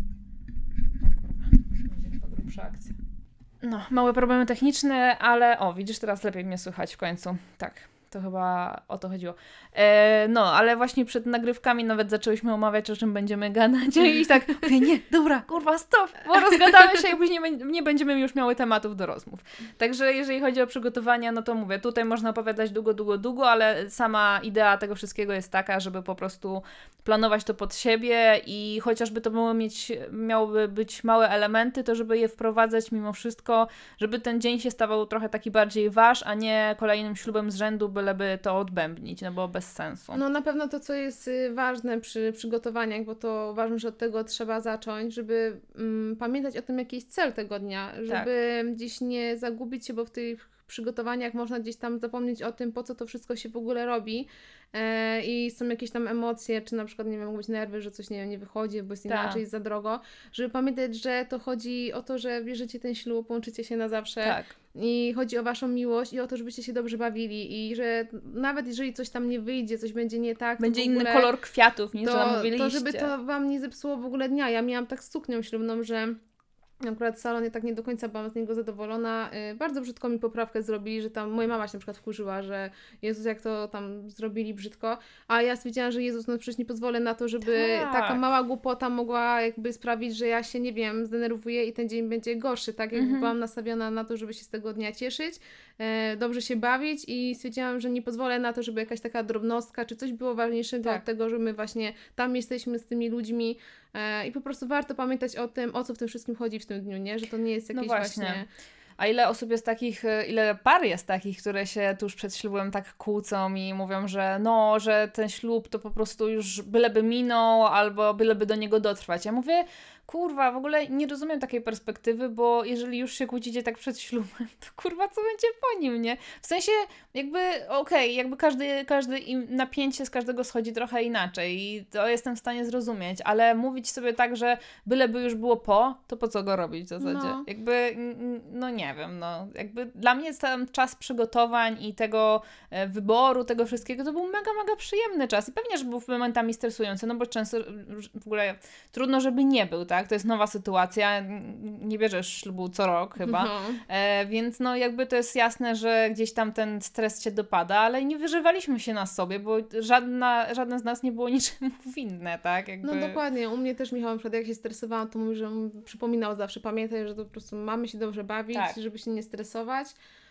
O kurwa, będzie chyba grubsza akcja. No, małe problemy techniczne, ale o, widzisz, teraz lepiej mnie słychać w końcu. Tak. To chyba o to chodziło. E, no, ale właśnie przed nagrywkami nawet zaczęłyśmy omawiać, o czym będziemy gadać i tak, mówię, nie, dobra, kurwa, stop, bo rozgadamy się i później nie będziemy już miały tematów do rozmów. Także jeżeli chodzi o przygotowania, no to mówię, tutaj można opowiadać długo, długo, długo, ale sama idea tego wszystkiego jest taka, żeby po prostu planować to pod siebie i chociażby to miało mieć, miałoby być małe elementy, to żeby je wprowadzać mimo wszystko, żeby ten dzień się stawał trochę taki bardziej wasz, a nie kolejnym ślubem z rzędu, byleby to odbębnić, no bo bez sensu. No na pewno to, co jest ważne przy przygotowaniach, bo to uważam, że od tego trzeba zacząć, żeby mm, pamiętać o tym, jaki jest cel tego dnia, żeby tak. gdzieś nie zagubić się, bo w tych przygotowaniach można gdzieś tam zapomnieć o tym, po co to wszystko się w ogóle robi e, i są jakieś tam emocje, czy na przykład, nie wiem, mogą być nerwy, że coś, nie wiem, nie wychodzi, bo jest tak. inaczej, jest za drogo, żeby pamiętać, że to chodzi o to, że bierzecie ten ślub, łączycie się na zawsze tak. i chodzi o waszą miłość i o to, żebyście się dobrze bawili i że nawet jeżeli coś tam nie wyjdzie, coś będzie nie tak, będzie inny ogóle, kolor kwiatów niż to, zamówiliście. To żeby to wam nie zepsuło w ogóle dnia. Ja miałam tak z suknią ślubną, że akurat salon ja tak nie do końca byłam z niego zadowolona. Yy, bardzo brzydko mi poprawkę zrobili, że tam moja mama się na przykład wkurzyła, że Jezus, jak to tam zrobili brzydko, a ja stwierdziłam, że Jezus, no przecież nie pozwolę na to, żeby tak. taka mała głupota mogła jakby sprawić, że ja się, nie wiem, zdenerwuję i ten dzień będzie gorszy, tak? Jakby mhm. byłam nastawiona na to, żeby się z tego dnia cieszyć, yy, dobrze się bawić i stwierdziłam, że nie pozwolę na to, żeby jakaś taka drobnostka, czy coś było ważniejszego tak. od tego, że my właśnie tam jesteśmy z tymi ludźmi. I po prostu warto pamiętać o tym, o co w tym wszystkim chodzi w tym dniu, nie? Że to nie jest jakieś no właśnie... właśnie... A ile osób jest takich, ile par jest takich, które się tuż przed ślubem tak kłócą i mówią, że no, że ten ślub to po prostu już byleby minął albo byleby do niego dotrwać. Ja mówię, kurwa, w ogóle nie rozumiem takiej perspektywy, bo jeżeli już się kłócicie tak przed ślubem, to kurwa, co będzie po nim, nie? W sensie, jakby, okej, okay, jakby każdy, każdy napięcie z każdego schodzi trochę inaczej i to jestem w stanie zrozumieć, ale mówić sobie tak, że byleby już było po, to po co go robić w zasadzie? No. Jakby, no nie wiem, no, jakby dla mnie ten czas przygotowań i tego wyboru, tego wszystkiego, to był mega, mega przyjemny czas i pewnie, że był momentami stresujący, no bo często w ogóle trudno, żeby nie był, tak? To jest nowa sytuacja, nie bierzesz ślubu co rok chyba, mhm. e, więc no jakby to jest jasne, że gdzieś tam ten stres cię dopada, ale nie wyżywaliśmy się na sobie, bo żadna, żadne z nas nie było niczemu winne, tak? Jakby... No dokładnie, u mnie też Michał, na przykład jak się stresowałam, to mówił, że przypominał zawsze, pamiętaj, że to po prostu mamy się dobrze bawić, tak. żeby się nie stresować.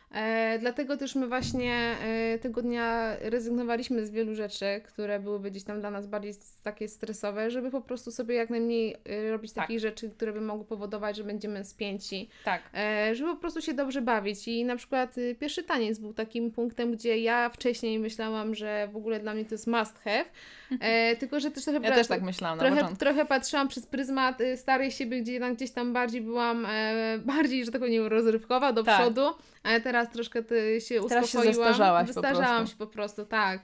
E, dlatego też my właśnie e, tego dnia rezygnowaliśmy z wielu rzeczy, które byłyby gdzieś tam dla nas bardziej takie stresowe, żeby po prostu sobie jak najmniej e, robić tak. takich rzeczy, które by mogły powodować, że będziemy spięci. Tak. E, żeby po prostu się dobrze bawić. I na przykład e, pierwszy taniec był takim punktem, gdzie ja wcześniej myślałam, że w ogóle dla mnie to jest must have, e, tylko że też trochę... Ja też tak myślałam na trochę, początku. Trochę patrzyłam przez pryzmat e, starej siebie, gdzie jednak gdzieś tam bardziej byłam, e, bardziej, że tak powiem, rozrywkowa do tak. przodu, ale teraz troszkę ty się uspokoiłam. Teraz się zestarzałaś Zestarzałam po prostu. się po prostu, tak.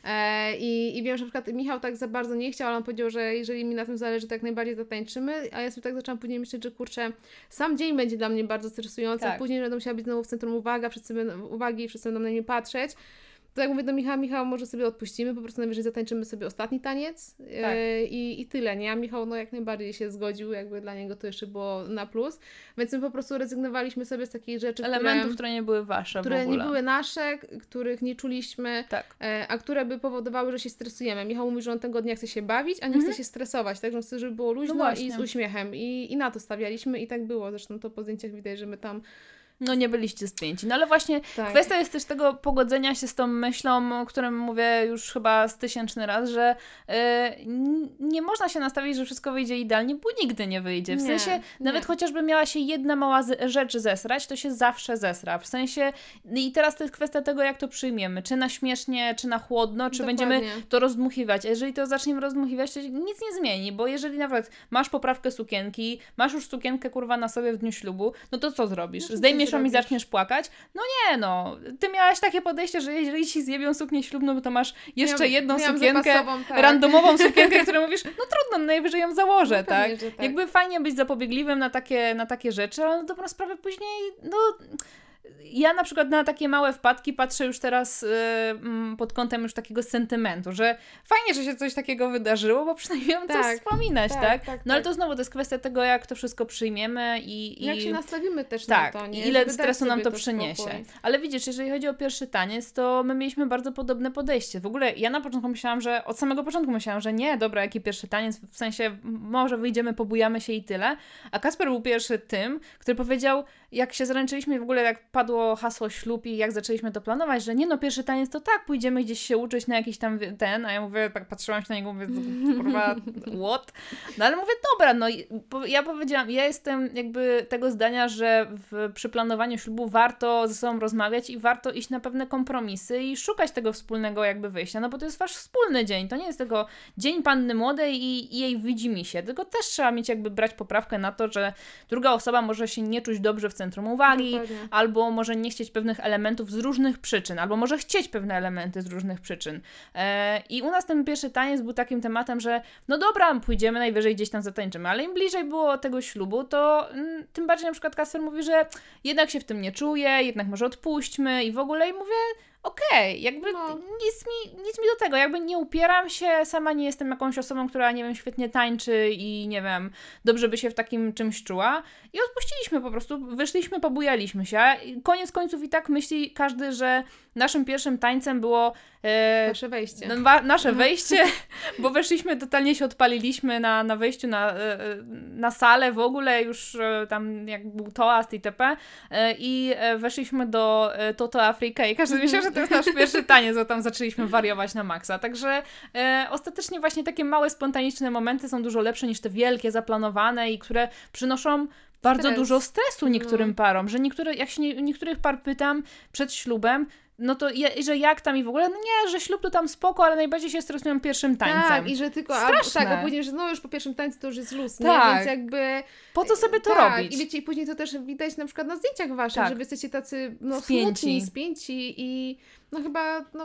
E, i, I wiem, że na przykład Michał tak za bardzo nie chciał, ale on powiedział, że jeżeli mi na tym zależy, to jak najbardziej zatańczymy, a ja sobie tak zaczęłam później myśleć, że kurczę, sam dzień będzie dla mnie bardzo stresujący, tak. później będę musiała być znowu w centrum uwaga, wszyscy będą, uwagi, wszyscy będą na mnie patrzeć. To jak mówię do Michała, Michał, może sobie odpuścimy, po prostu najwyżej zatańczymy sobie ostatni taniec tak. e, i, i tyle, nie? A Michał no jak najbardziej się zgodził, jakby dla niego to jeszcze było na plus, więc my po prostu rezygnowaliśmy sobie z takich rzeczy, elementów, które, które nie były wasze które w ogóle. nie były nasze, których nie czuliśmy, tak. e, a które by powodowały, że się stresujemy. Michał mówi, że on tego dnia chce się bawić, a nie mhm. chce się stresować, tak? Że on chce, żeby było luźno no i z uśmiechem i, i na to stawialiśmy i tak było, zresztą to po zdjęciach widać, że my tam No nie byliście spięci. No ale właśnie tak. Kwestia jest też tego pogodzenia się z tą myślą, o którym mówię już chyba z tysięczny raz, że yy, nie można się nastawić, że wszystko wyjdzie idealnie, bo nigdy nie wyjdzie. W nie, sensie, nie. Nawet chociażby miała się jedna mała z- rzecz zesrać, to się zawsze zesra. W sensie, i teraz to jest kwestia tego, jak to przyjmiemy. Czy na śmiesznie, czy na chłodno, czy Dokładnie. będziemy to rozdmuchiwać. A jeżeli to zaczniemy rozdmuchiwać, to nic nie zmieni, bo jeżeli nawet masz poprawkę sukienki, masz już sukienkę kurwa na sobie w dniu ślubu, no to co zrobisz? No, Zdejmiesz ją i zaczniesz płakać? No nie no. Ty miałaś takie podejście, że jeżeli ci zjebią suknię ślubną, to masz jeszcze miałam, jedną miałam sukienkę, tak. randomową sukienkę, którą mówisz, no trudno, najwyżej ją założę, no, tak? Pewnie, tak? Jakby fajnie być zapobiegliwym na takie, na takie rzeczy, ale na dobrą sprawę później, no... Ja na przykład na takie małe wpadki patrzę już teraz yy, pod kątem już takiego sentymentu, że fajnie, że się coś takiego wydarzyło, bo przynajmniej mam tak, coś wspominać, tak? tak? tak no ale to znowu to jest kwestia tego, jak to wszystko przyjmiemy i... i... Jak się nastawimy też tak, na to, nie? i ile stresu nam to, to przyniesie. Spokój. Ale widzisz, jeżeli chodzi o pierwszy taniec, to my mieliśmy bardzo podobne podejście. W ogóle ja na początku myślałam, że od samego początku myślałam, że nie, dobra, jaki pierwszy taniec, w sensie może wyjdziemy, pobujamy się i tyle. A Kasper był pierwszy tym, który powiedział, jak się zaręczyliśmy i w ogóle jak padło hasło ślub i jak zaczęliśmy to planować, że nie no, pierwszy taniec to tak, pójdziemy gdzieś się uczyć na jakiś tam ten, a ja mówię, tak patrzyłam się na niego, mówię, kurwa, what? No ale mówię, dobra, no ja powiedziałam, ja jestem jakby tego zdania, że w, przy planowaniu ślubu warto ze sobą rozmawiać i warto iść na pewne kompromisy i szukać tego wspólnego jakby wyjścia, no bo to jest wasz wspólny dzień, to nie jest tylko dzień panny młodej i, i jej widzimisię, tylko też trzeba mieć jakby brać poprawkę na to, że druga osoba może się nie czuć dobrze w centrum uwagi, Dokładnie. albo może nie chcieć pewnych elementów z różnych przyczyn, albo może chcieć pewne elementy z różnych przyczyn. E, I u nas ten pierwszy taniec był takim tematem, że no dobra, pójdziemy najwyżej gdzieś tam zatańczymy, ale im bliżej było tego ślubu, to mm, tym bardziej na przykład Kasper mówi, że jednak się w tym nie czuje, jednak może odpuśćmy i w ogóle i mówię, okej, okay, jakby no. nic, mi, nic mi do tego, jakby nie upieram się, sama nie jestem jakąś osobą, która, nie wiem, świetnie tańczy i nie wiem, dobrze by się w takim czymś czuła i odpuściliśmy po prostu, wyszliśmy, pobujaliśmy się, koniec końców i tak myśli każdy, że naszym pierwszym tańcem było e, nasze wejście, no, wa- nasze wejście, bo weszliśmy, totalnie się odpaliliśmy na, na wejściu na, na salę w ogóle, już tam jak był toast itp. I weszliśmy do Toto Afrika i każdy myślał, że to jest nasz pierwszy taniec, bo tam zaczęliśmy wariować na maksa. Także e, ostatecznie właśnie takie małe, spontaniczne momenty są dużo lepsze niż te wielkie, zaplanowane i które przynoszą bardzo Stres. dużo stresu niektórym no. parom, że niektóre, jak się nie, niektórych par pytam przed ślubem, no to, je, że jak tam i w ogóle, no nie, że ślub to tam spoko, ale najbardziej się stresują pierwszym tańcem. Tak, i że tylko, a, tak, a później, że no już po pierwszym tańcu to już jest luz, nie? Tak. Więc jakby... Po co sobie to tak, robić? I wiecie, i później to też widać na przykład na zdjęciach waszych, tak. że wy jesteście tacy, no spięci. smutni, spięci i no chyba, no...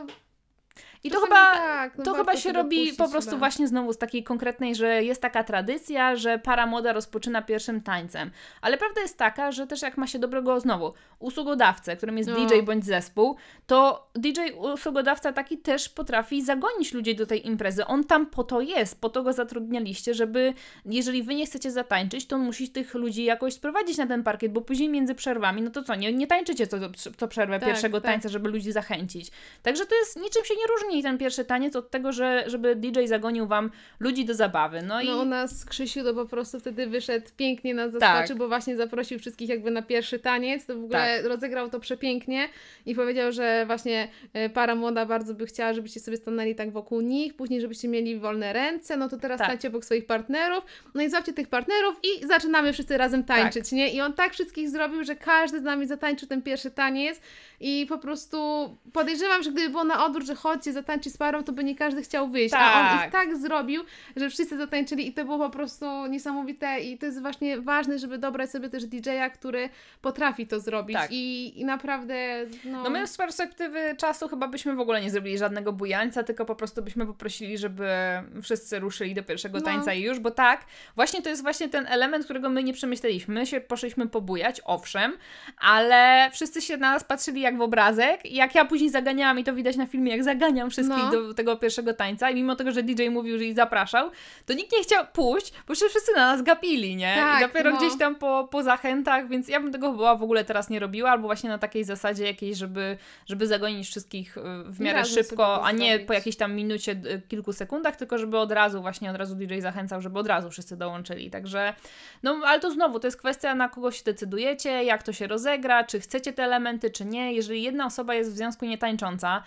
I to chyba, tak, no to chyba się robi po prostu chyba. właśnie znowu z takiej konkretnej, że jest taka tradycja, że para młoda rozpoczyna pierwszym tańcem. Ale prawda jest taka, że też jak ma się dobrego znowu usługodawcę, którym jest no. D J bądź zespół, to D J usługodawca taki też potrafi zagonić ludzi do tej imprezy. On tam po to jest, po to go zatrudnialiście, żeby jeżeli wy nie chcecie zatańczyć, to musisz tych ludzi jakoś sprowadzić na ten parkiet, bo później między przerwami, no to co, nie, nie tańczycie co, co przerwę tak, pierwszego tak. tańca, żeby ludzi zachęcić. Także to jest, niczym się nie różni i ten pierwszy taniec od tego, że, żeby D J zagonił wam ludzi do zabawy. No, no i... u nas Krzysiu to po prostu wtedy wyszedł pięknie nas zaskoczył, tak. bo właśnie zaprosił wszystkich jakby na pierwszy taniec, to w ogóle tak. rozegrał to przepięknie i powiedział, że właśnie para młoda bardzo by chciała, żebyście sobie stanęli tak wokół nich, później żebyście mieli wolne ręce, no to teraz tak. stańcie obok swoich partnerów, no i złapcie tych partnerów i zaczynamy wszyscy razem tańczyć, tak. nie? I on tak wszystkich zrobił, że każdy z nami zatańczył ten pierwszy taniec i po prostu podejrzewam, że gdyby było na odwrót, że chodźcie zatańczyć z parą, to by nie każdy chciał wyjść, tak. a on ich tak zrobił, że wszyscy zatańczyli i to było po prostu niesamowite i to jest właśnie ważne, żeby dobrać sobie też D J a, który potrafi to zrobić tak. I, i naprawdę no... no my z perspektywy czasu chyba byśmy w ogóle nie zrobili żadnego bujańca, tylko po prostu byśmy poprosili, żeby wszyscy ruszyli do pierwszego tańca no. i już, bo tak, właśnie to jest właśnie ten element, którego my nie przemyśleliśmy. My się poszliśmy pobujać, owszem, ale wszyscy się na nas patrzyli jak w obrazek i jak ja później zaganiałam i to widać na filmie, jak zaganiam zapraszają wszystkich No. do tego pierwszego tańca i mimo tego, że D J mówił, że ich zapraszał, to nikt nie chciał pójść, bo przecież wszyscy na nas gapili, nie? Tak, I dopiero no. gdzieś tam po, po zachętach, więc ja bym tego chyba w ogóle teraz nie robiła, albo właśnie na takiej zasadzie jakiejś, żeby, żeby zagonić wszystkich y, w miarę Razem sobie szybko, to a nie zrobić. po jakiejś tam minucie, y, kilku sekundach, tylko żeby od razu, właśnie od razu D J zachęcał, żeby od razu wszyscy dołączyli. Także, no ale to znowu, to jest kwestia, na kogo się decydujecie, jak to się rozegra, czy chcecie te elementy, czy nie. Jeżeli jedna osoba jest w związku nietańcząca,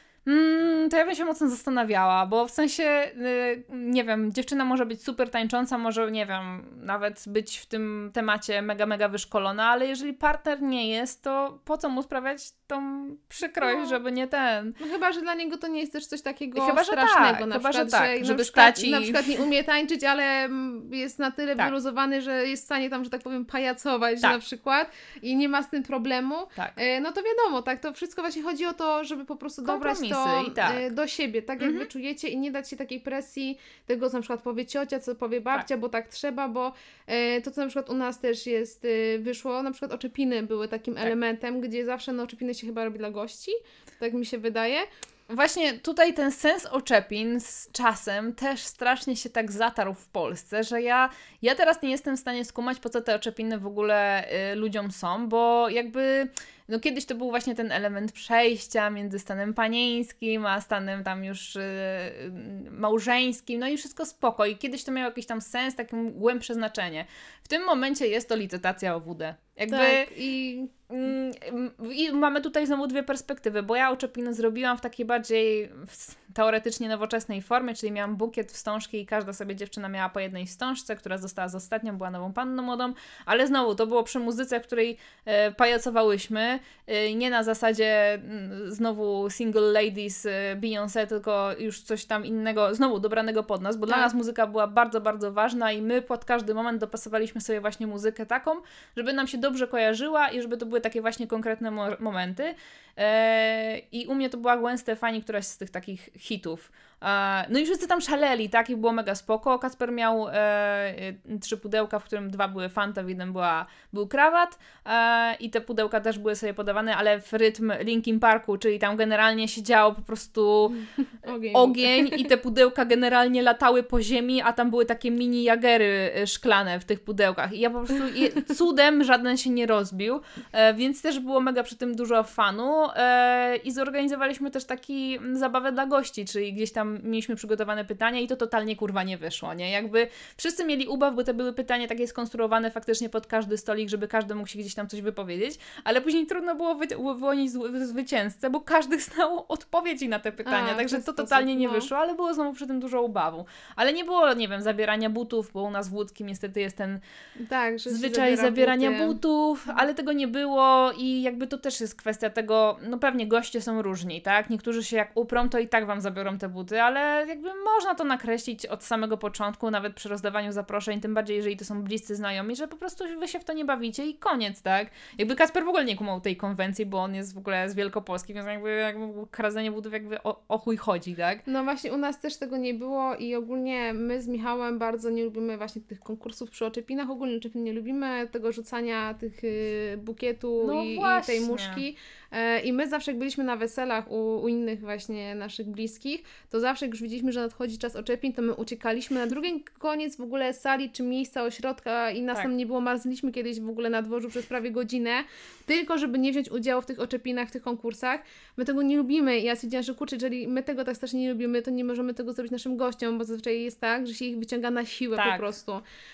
Mm, to ja bym się mocno zastanawiała, bo w sensie, yy, nie wiem, dziewczyna może być super tańcząca, może, nie wiem, nawet być w tym temacie mega, mega wyszkolona, ale jeżeli partner nie jest, to po co mu sprawiać tą przykrość, No. żeby nie ten... No chyba, że dla niego to nie jest też coś takiego Chyba, że strasznego. tak, na chyba, że przykład, tak, że żeby na przykład, stać i- na przykład nie umie tańczyć, ale mm, jest na tyle Tak. wyluzowany, że jest w stanie tam, że tak powiem, pajacować Tak. na przykład i nie ma z tym problemu. Tak. E, no to wiadomo, tak, to wszystko właśnie chodzi o to, żeby po prostu dobrać to Kompromisy i tak. e, do siebie, tak jak Mhm. wy czujecie i nie dać się takiej presji tego, co na przykład powie ciocia, co powie babcia, bo tak trzeba, bo e, to, co na przykład u nas też jest, e, wyszło, na przykład oczepiny były takim Tak. elementem, gdzie zawsze no, oczepiny się chyba robi dla gości, tak mi się wydaje. Właśnie tutaj ten sens oczepin z czasem też strasznie się tak zatarł w Polsce, że ja, ja teraz nie jestem w stanie skumać, po co te oczepiny w ogóle y, ludziom są, bo jakby no kiedyś to był właśnie ten element przejścia między stanem panieńskim, a stanem tam już y, y, małżeńskim, no i wszystko spoko. I kiedyś to miało jakiś tam sens, takie głębsze znaczenie. W tym momencie jest to licytacja o wódę. Jakby... Tak, i Mm, I mamy tutaj znowu dwie perspektywy, bo ja oczepiny zrobiłam w takiej bardziej teoretycznie nowoczesnej formie, czyli miałam bukiet, wstążki i każda sobie dziewczyna miała po jednej wstążce, która została z ostatnią, była nową panną młodą, ale znowu to było przy muzyce, w której e, pajacowałyśmy, e, nie na zasadzie m, znowu single ladies e, Beyoncé, tylko już coś tam innego, znowu dobranego pod nas, bo dla Tak. nas muzyka była bardzo, bardzo ważna i my pod każdy moment dopasowaliśmy sobie właśnie muzykę taką, żeby nam się dobrze kojarzyła i żeby to były takie właśnie konkretne mo- momenty. E, I u mnie to była Gwen Stefani, któraś z tych takich hitów. E, no i wszyscy tam szaleli, tak? I było mega spoko. Kacper miał e, trzy pudełka, w którym dwa były Fanta, w jednym była, był krawat e, i te pudełka też były sobie podawane, ale w rytm Linkin Parku, czyli tam generalnie się działo po prostu ogień. ogień i te pudełka generalnie latały po ziemi, a tam były takie mini jagery e, szklane w tych pudełkach. I ja po prostu je, cudem żaden się nie rozbił, e, więc też było mega przy tym dużo fanu e, i zorganizowaliśmy też taki m, zabawę dla gości, czyli gdzieś tam mieliśmy przygotowane pytania i to totalnie kurwa nie wyszło, nie? Jakby wszyscy mieli ubaw, bo to były pytania takie skonstruowane faktycznie pod każdy stolik, żeby każdy mógł się gdzieś tam coś wypowiedzieć, ale później trudno było wy- wyłonić zł- zwycięzcę, bo każdy znał odpowiedzi na te pytania, A, w także ten to sposób, totalnie nie no. wyszło, ale było znowu przy tym dużo ubawu. Ale nie było, nie wiem, zabierania butów, bo u nas w Łódzkim niestety jest ten Tak, że się zwyczaj zabiera zabierania buty. butów, ale tego nie było i jakby to też jest kwestia tego, no pewnie goście są różni, tak? Niektórzy się jak uprą, to i tak wam zabiorą te buty, ale jakby można to nakreślić od samego początku, nawet przy rozdawaniu zaproszeń, tym bardziej jeżeli to są bliscy znajomi, że po prostu wy się w to nie bawicie i koniec, tak? Jakby Kacper w ogóle nie kumał tej konwencji, bo on jest w ogóle z Wielkopolski, więc jakby, jakby kradzenie butów jakby o, o chuj chodzi, tak? No właśnie u nas też tego nie było i ogólnie my z Michałem bardzo nie lubimy właśnie tych konkursów przy oczepinach, ogólnie oczepin nie lubimy, tego rzucania tych y, bukietu No i, i właśnie. tej muszki. E, I my zawsze jak byliśmy na weselach u, u innych właśnie naszych bliskich, to zawsze jak już widzieliśmy, że nadchodzi czas oczepin, to my uciekaliśmy na drugi koniec w ogóle sali czy miejsca ośrodka i nas Tak. tam nie było, marzliśmy kiedyś w ogóle na dworzu przez prawie godzinę, tylko żeby nie wziąć udziału w tych oczepinach, w tych konkursach. My tego nie lubimy i ja stwierdziłam, że kurczę, jeżeli my tego tak strasznie nie lubimy, to nie możemy tego zrobić naszym gościom, bo zazwyczaj jest tak, że się ich wyciąga na siłę Tak. po prostu.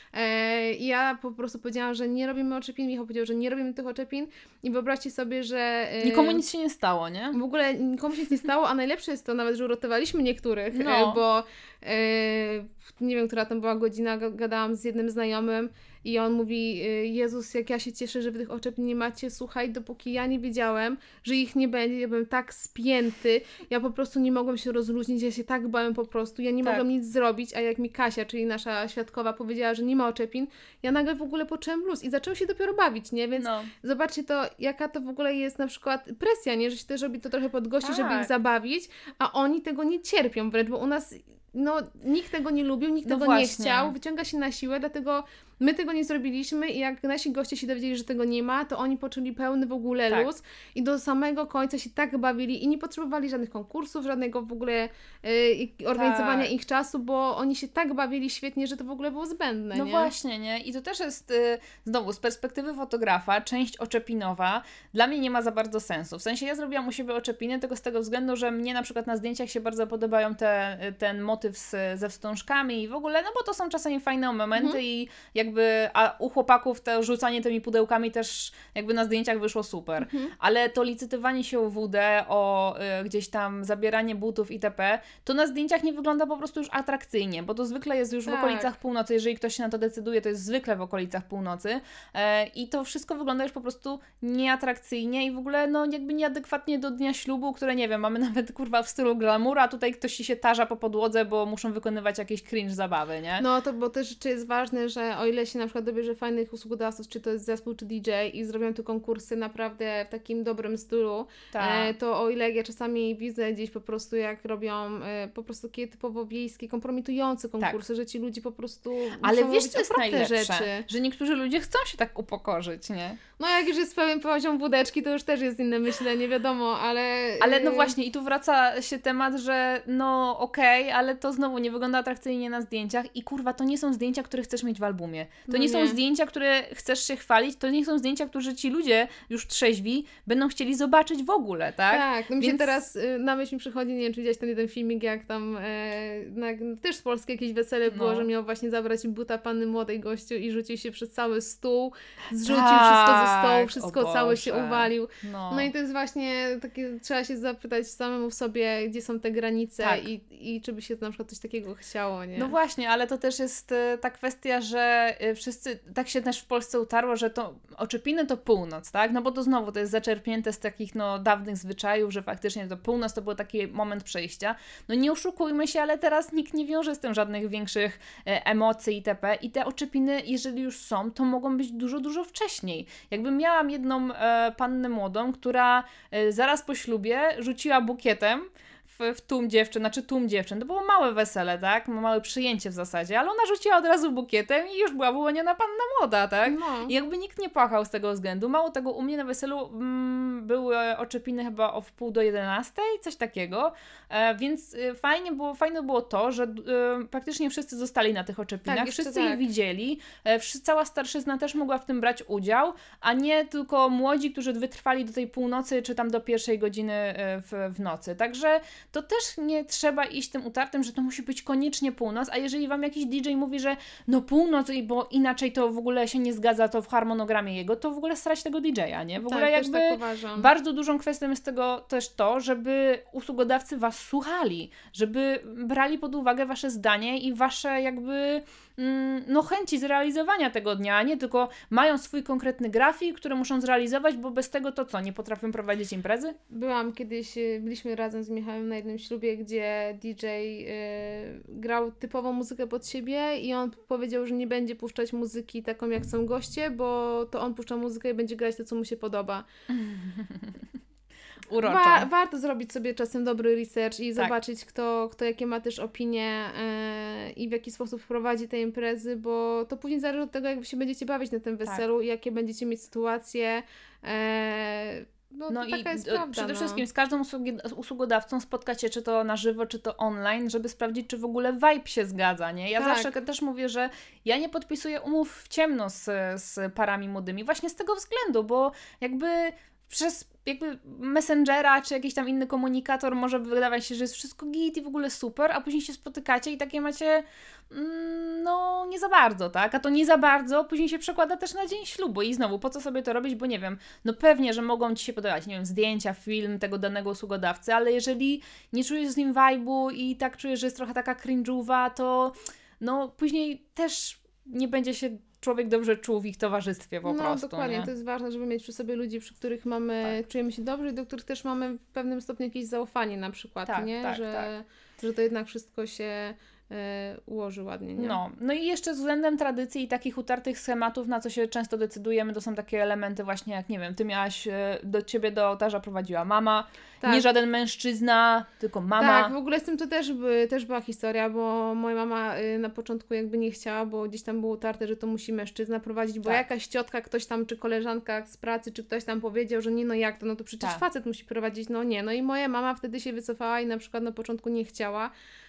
E, I ja po prostu powiedziałam, że nie robimy oczepin, Michał powiedział, że nie robimy tych oczepin i wyobraźcie sobie, że e, Nikomu nic się nie stało, nie? w ogóle nikomu się nic nie stało, a najlepsze jest to nawet, że uratowaliśmy niektórych, No. e, bo e, nie wiem, która tam była godzina, ga- gadałam z jednym znajomym i on mówi, e, Jezus, jak ja się cieszę, że wy tych oczepin nie macie, słuchaj, dopóki ja nie wiedziałem, że ich nie będzie, ja byłem tak spięty, ja po prostu nie mogłem się rozluźnić, ja się tak bałem po prostu, ja nie Tak. mogłam nic zrobić, a jak mi Kasia, czyli nasza świadkowa, powiedziała, że nie ma oczepin, ja nagle w ogóle poczułem luz i zaczęłam się dopiero bawić, nie? Więc No. zobaczcie to, jaka to w ogóle jest na przykład presja, nie? Że się też robi to trochę pod gości, żeby Tak. ich zabawić, a oni tego nie cierpią wręcz, bo u nas no nikt tego nie lubił, nikt No tego właśnie. nie chciał, wyciąga się na siłę, dlatego my tego nie zrobiliśmy i jak nasi goście się dowiedzieli, że tego nie ma, to oni poczuli pełny w ogóle Tak. luz i do samego końca się tak bawili i nie potrzebowali żadnych konkursów, żadnego w ogóle y, organizowania Tak. ich czasu, bo oni się tak bawili świetnie, że to w ogóle było zbędne, No nie? właśnie, nie? I to też jest, y, znowu, z perspektywy fotografa, część oczepinowa dla mnie nie ma za bardzo sensu. W sensie ja zrobiłam u siebie oczepiny tylko z tego względu, że mnie na przykład na zdjęciach się bardzo podobają te, ten motyw z, ze wstążkami i w ogóle, no bo to są czasami fajne momenty Mhm. i jakby, a u chłopaków to rzucanie tymi pudełkami też jakby na zdjęciach wyszło super. Mhm. Ale to licytowanie się o wódę, o y, gdzieś tam zabieranie butów itp., to na zdjęciach nie wygląda po prostu już atrakcyjnie, bo to zwykle jest już w Tak. okolicach północy, jeżeli ktoś się na to decyduje, to jest zwykle w okolicach północy e, i to wszystko wygląda już po prostu nieatrakcyjnie i w ogóle no jakby nieadekwatnie do dnia ślubu, które nie wiem, mamy nawet kurwa w stylu glamour, a tutaj ktoś się tarza po podłodze, bo muszą wykonywać jakieś cringe zabawy, nie? No to, bo też czy jest ważne, że o ile się na przykład dobierze fajnych usługodawców, czy to jest zespół, czy D J i zrobią te konkursy naprawdę w takim dobrym stylu, Tak. e, to o ile ja czasami widzę gdzieś po prostu jak robią e, po prostu takie typowo wiejskie, kompromitujące konkursy, że ci ludzie po prostu Ale muszą wiesz, robić co jest okropne najlepsze? rzeczy. Że niektórzy ludzie chcą się tak upokorzyć, nie? No jak już jest pewien poziom wódeczki, to już też jest inne myślenie, wiadomo, ale... Ale no y, właśnie i tu wraca się temat, że no okej, ale to znowu nie wygląda atrakcyjnie na zdjęciach i kurwa, to nie są zdjęcia, które chcesz mieć w albumie. To No nie, są nie. zdjęcia, które chcesz się chwalić, to nie są zdjęcia, które ci ludzie już trzeźwi będą chcieli zobaczyć w ogóle, tak? Tak, no mi się Więc- teraz y, na myśl mi przychodzi, nie wiem, czy widziałeś ten jeden filmik, jak tam e, na, też z Polski jakieś wesele było, No. że miał właśnie zabrać buta panny młodej gościu i rzucił się przez cały stół, zrzucił Tak, wszystko ze stołu, o wszystko całe się Boże. uwalił. No, No i to jest właśnie takie, trzeba się zapytać samemu w sobie, gdzie są te granice Tak. i, i czy by się na przykład coś takiego chciało, nie? no właśnie, ale to też jest e, ta kwestia, że e, wszyscy, tak się też w Polsce utarło, że to oczepiny to północ, tak? No bo to znowu to jest zaczerpnięte z takich no dawnych zwyczajów, że faktycznie to północ to był taki moment przejścia. No nie oszukujmy się, ale teraz nikt nie wiąże z tym żadnych większych e, emocji itp. I te oczepiny, jeżeli już są, to mogą być dużo, dużo wcześniej. Jakby miałam jedną e, pannę młodą, która e, zaraz po ślubie rzuciła bukietem w, w tłum dziewczyn, znaczy tłum dziewczyn. To było małe wesele, tak? Małe przyjęcie w zasadzie, ale ona rzuciła od razu bukietem i już była wyłoniona panna młoda, tak? No. I jakby nikt nie płakał z tego względu. Mało tego, u mnie na weselu mm, były oczepiny chyba o wpół do jedenastej, coś takiego, e, więc y, fajnie było, fajne było to, że y, praktycznie wszyscy zostali na tych oczepinach, Tak, jeszcze wszyscy je tak. widzieli, e, wszy, cała starszyzna też mogła w tym brać udział, a nie tylko młodzi, którzy wytrwali do tej północy, czy tam do pierwszej godziny e, w, w nocy. Także to też nie trzeba iść tym utartym, że to musi być koniecznie północ, a jeżeli Wam jakiś D J mówi, że no północ, i bo inaczej to w ogóle się nie zgadza to w harmonogramie jego, to w ogóle strać tego D J a, nie? W ogóle tak, jakby też tak uważam. bardzo dużą kwestią jest tego też to, żeby usługodawcy Was słuchali, żeby brali pod uwagę Wasze zdanie i Wasze jakby mm, no chęci zrealizowania tego dnia, a nie tylko mają swój konkretny grafik, który muszą zrealizować, bo bez tego to co, nie potrafią prowadzić imprezy? Byłam kiedyś, y, byliśmy razem z Michałem na jednym ślubie, gdzie D J y, grał typową muzykę pod siebie i on powiedział, że nie będzie puszczać muzyki taką jak są goście, bo to on puszcza muzykę i będzie grać to, co mu się podoba. Uroczo. Wa- warto zrobić sobie czasem dobry research i Tak. zobaczyć, kto, kto jakie ma też opinie y, i w jaki sposób prowadzi te imprezy, bo to później zależy od tego, jak wy się będziecie bawić na tym weselu i jakie będziecie mieć sytuacje. y, No, No to i taka jest e, prawda. przede no. wszystkim z każdym usługi, usługodawcą spotkać się czy to na żywo, czy to online, żeby sprawdzić, czy w ogóle vibe się zgadza, nie? Ja Tak. zawsze też mówię, że ja nie podpisuję umów w ciemno z, z parami młodymi, właśnie z tego względu, bo jakby przez jakby Messengera, czy jakiś tam inny komunikator może wydawać się, że jest wszystko git i w ogóle super, a później się spotykacie i takie macie mm, no nie za bardzo, tak? A to nie za bardzo później się przekłada też na dzień ślubu i znowu, po co sobie to robić, bo nie wiem, no pewnie, że mogą Ci się podobać, nie wiem, zdjęcia, film tego danego usługodawcy, ale jeżeli nie czujesz z nim vibe'u i tak czujesz, że jest trochę taka cringe'owa, to no później też nie będzie się człowiek dobrze czuł w ich towarzystwie po no, prostu. dokładnie, Nie? to jest ważne, żeby mieć przy sobie ludzi, przy których mamy, Tak. czujemy się dobrze i do których też mamy w pewnym stopniu jakieś zaufanie na przykład, Tak, nie? tak, że, tak. że to jednak wszystko się e, ułoży ładnie, nie? No. no i jeszcze względem tradycji i takich utartych schematów, na co się często decydujemy, to są takie elementy właśnie jak, nie wiem, ty miałaś, e, do ciebie do ołtarza prowadziła mama, Tak. nie żaden mężczyzna, tylko mama. Tak, w ogóle z tym to też, by, też była historia, bo moja mama y, na początku jakby nie chciała, bo gdzieś tam było utarte, że to musi mężczyzna prowadzić, bo Tak. jakaś ciotka, ktoś tam, czy koleżanka z pracy, czy ktoś tam powiedział, że nie, no jak to, no to przecież Tak. facet musi prowadzić, no nie. No i moja mama wtedy się wycofała i na przykład na początku nie chciała.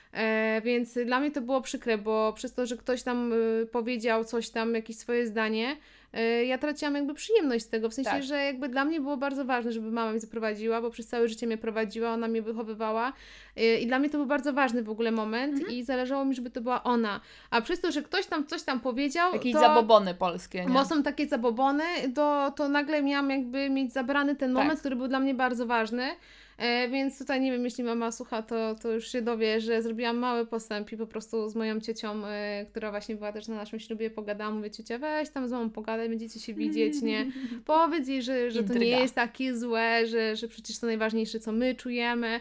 E, więc dla mnie to było przykre, bo przez to, że ktoś tam y, powiedział coś tam, jakieś swoje zdanie, y, ja traciłam jakby przyjemność z tego, w sensie, Tak. że jakby dla mnie było bardzo ważne, żeby mama mnie zaprowadziła, bo przez całe życie mnie prowadziła, ona mnie wychowywała y, i dla mnie to był bardzo ważny w ogóle moment Mhm. i zależało mi, żeby to była ona. A przez to, że ktoś tam coś tam powiedział, Jakieś to... zabobony polskie, nie? Bo są takie zabobony, to, to nagle miałam jakby mieć zabrany ten moment, Tak. który był dla mnie bardzo ważny. E, więc tutaj nie wiem, jeśli mama słucha, to, to już się dowie, że zrobiłam mały postęp i po prostu z moją ciocią, e, która właśnie była też na naszym ślubie, pogadałam, mówię, ciocia, weź tam z mamą pogadaj, będziecie się widzieć, nie? Powiedz jej, że, że to nie Intryga. jest takie złe, że, że przecież to najważniejsze, co my czujemy.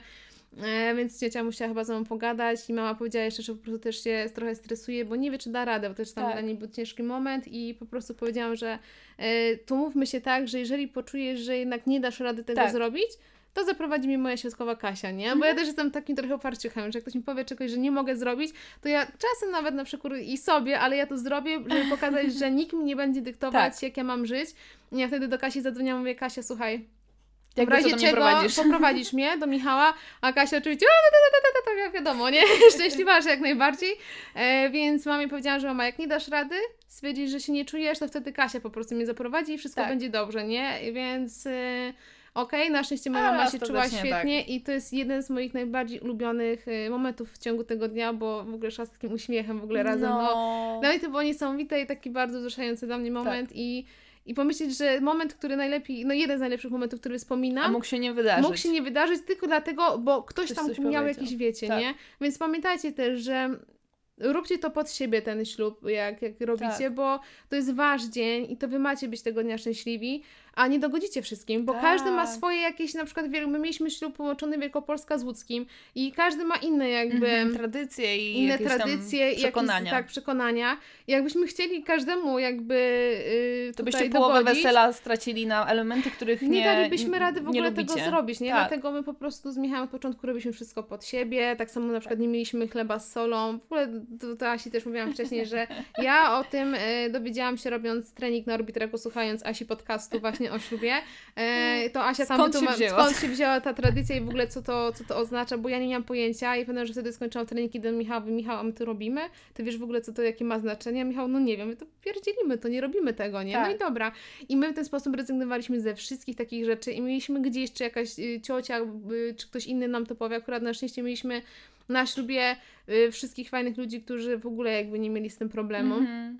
E, więc ciocia musiała chyba ze mną pogadać i mama powiedziała jeszcze, że po prostu też się trochę stresuje, bo nie wie, czy da radę, bo też tam Tak. dla niej był ciężki moment i po prostu powiedziałam, że e, tu mówmy się tak, że jeżeli poczujesz, że jednak nie dasz rady tego Tak. zrobić, to zaprowadzi mnie moja świadkowa Kasia, nie? Bo Mhm. ja też jestem takim trochę oparciuchem, że jak ktoś mi powie czegoś, że nie mogę zrobić, to ja czasem nawet na przykład i sobie, ale ja to zrobię, żeby pokazać, że nikt mi nie będzie dyktować, Tak. jak ja mam żyć. I ja wtedy do Kasi zadzwoniłam, mówię, Kasia, słuchaj, w Jakby co, razie to mnie czego prowadzisz. poprowadzisz mnie do Michała, a Kasia oczywiście, o, ta, ta, ta, ta, ta, ta, wiadomo, nie? Szczęśliwa, że jak najbardziej. E, więc mamie powiedziałam, że mama, jak nie dasz rady, stwierdzisz, że się nie czujesz, to wtedy Kasia po prostu mnie zaprowadzi i wszystko Tak. będzie dobrze, nie? Więc... E, Okej, na szczęście moja Ale mama się czuła ostatecznie świetnie i to jest jeden z moich najbardziej ulubionych y, momentów w ciągu tego dnia, bo w ogóle szła z takim uśmiechem w ogóle razem. No. No. Dla mnie to było niesamowite i taki bardzo wzruszający dla mnie moment i, i pomyśleć, że moment, który najlepiej, no jeden z najlepszych momentów, który A wspominam, mógł się nie wydarzyć. mógł się nie wydarzyć tylko dlatego, bo ktoś, Ktoś tam coś miał powiedział. jakieś wiecie, Tak. nie? Więc pamiętajcie też, że róbcie to pod siebie ten ślub, jak, jak robicie, Tak. bo to jest wasz dzień i to wy macie być tego dnia szczęśliwi, a nie dogodzicie wszystkim, bo Tak. każdy ma swoje jakieś, na przykład wiel- my mieliśmy ślub połączony Wielkopolska z łódzkim i każdy ma inne jakby Mhm, tradycje i inne jakieś tam tradycje i przekonania. jakieś tak, przekonania. I jakbyśmy chcieli każdemu jakby yy, To tutaj byście połowę dogodzić, wesela stracili na elementy, których nie nie dalibyśmy rady w nie ogóle lubicie. tego zrobić, nie? Tak. Dlatego my po prostu z Michałem od początku robiliśmy wszystko pod siebie, tak samo na przykład nie mieliśmy chleba z solą. W ogóle to, to Asi też mówiłam wcześniej, że ja o tym e, dowiedziałam się robiąc trening na Orbitraku, słuchając Asi podcastu właśnie o ślubie. E, to Asia tam Skąd się wytłuma- wzięła? skąd się wzięła ta tradycja i w ogóle co to, co to oznacza, bo ja nie miałam pojęcia i pamiętam, że wtedy skończyłam trening i do Michała, mówię, Michał, a my to robimy? Ty wiesz w ogóle, co to, jakie ma znaczenie? A Michał, no nie wiem, my to pierdzielimy, to nie robimy tego, nie? Tak. No i dobra. I my w ten sposób rezygnowaliśmy ze wszystkich takich rzeczy i mieliśmy gdzieś, czy jakaś y, ciocia, y, czy ktoś inny nam to powie. Akurat na szczęście mieliśmy na ślubie y, wszystkich fajnych ludzi, którzy w ogóle jakby nie mieli z tym problemu. Mhm.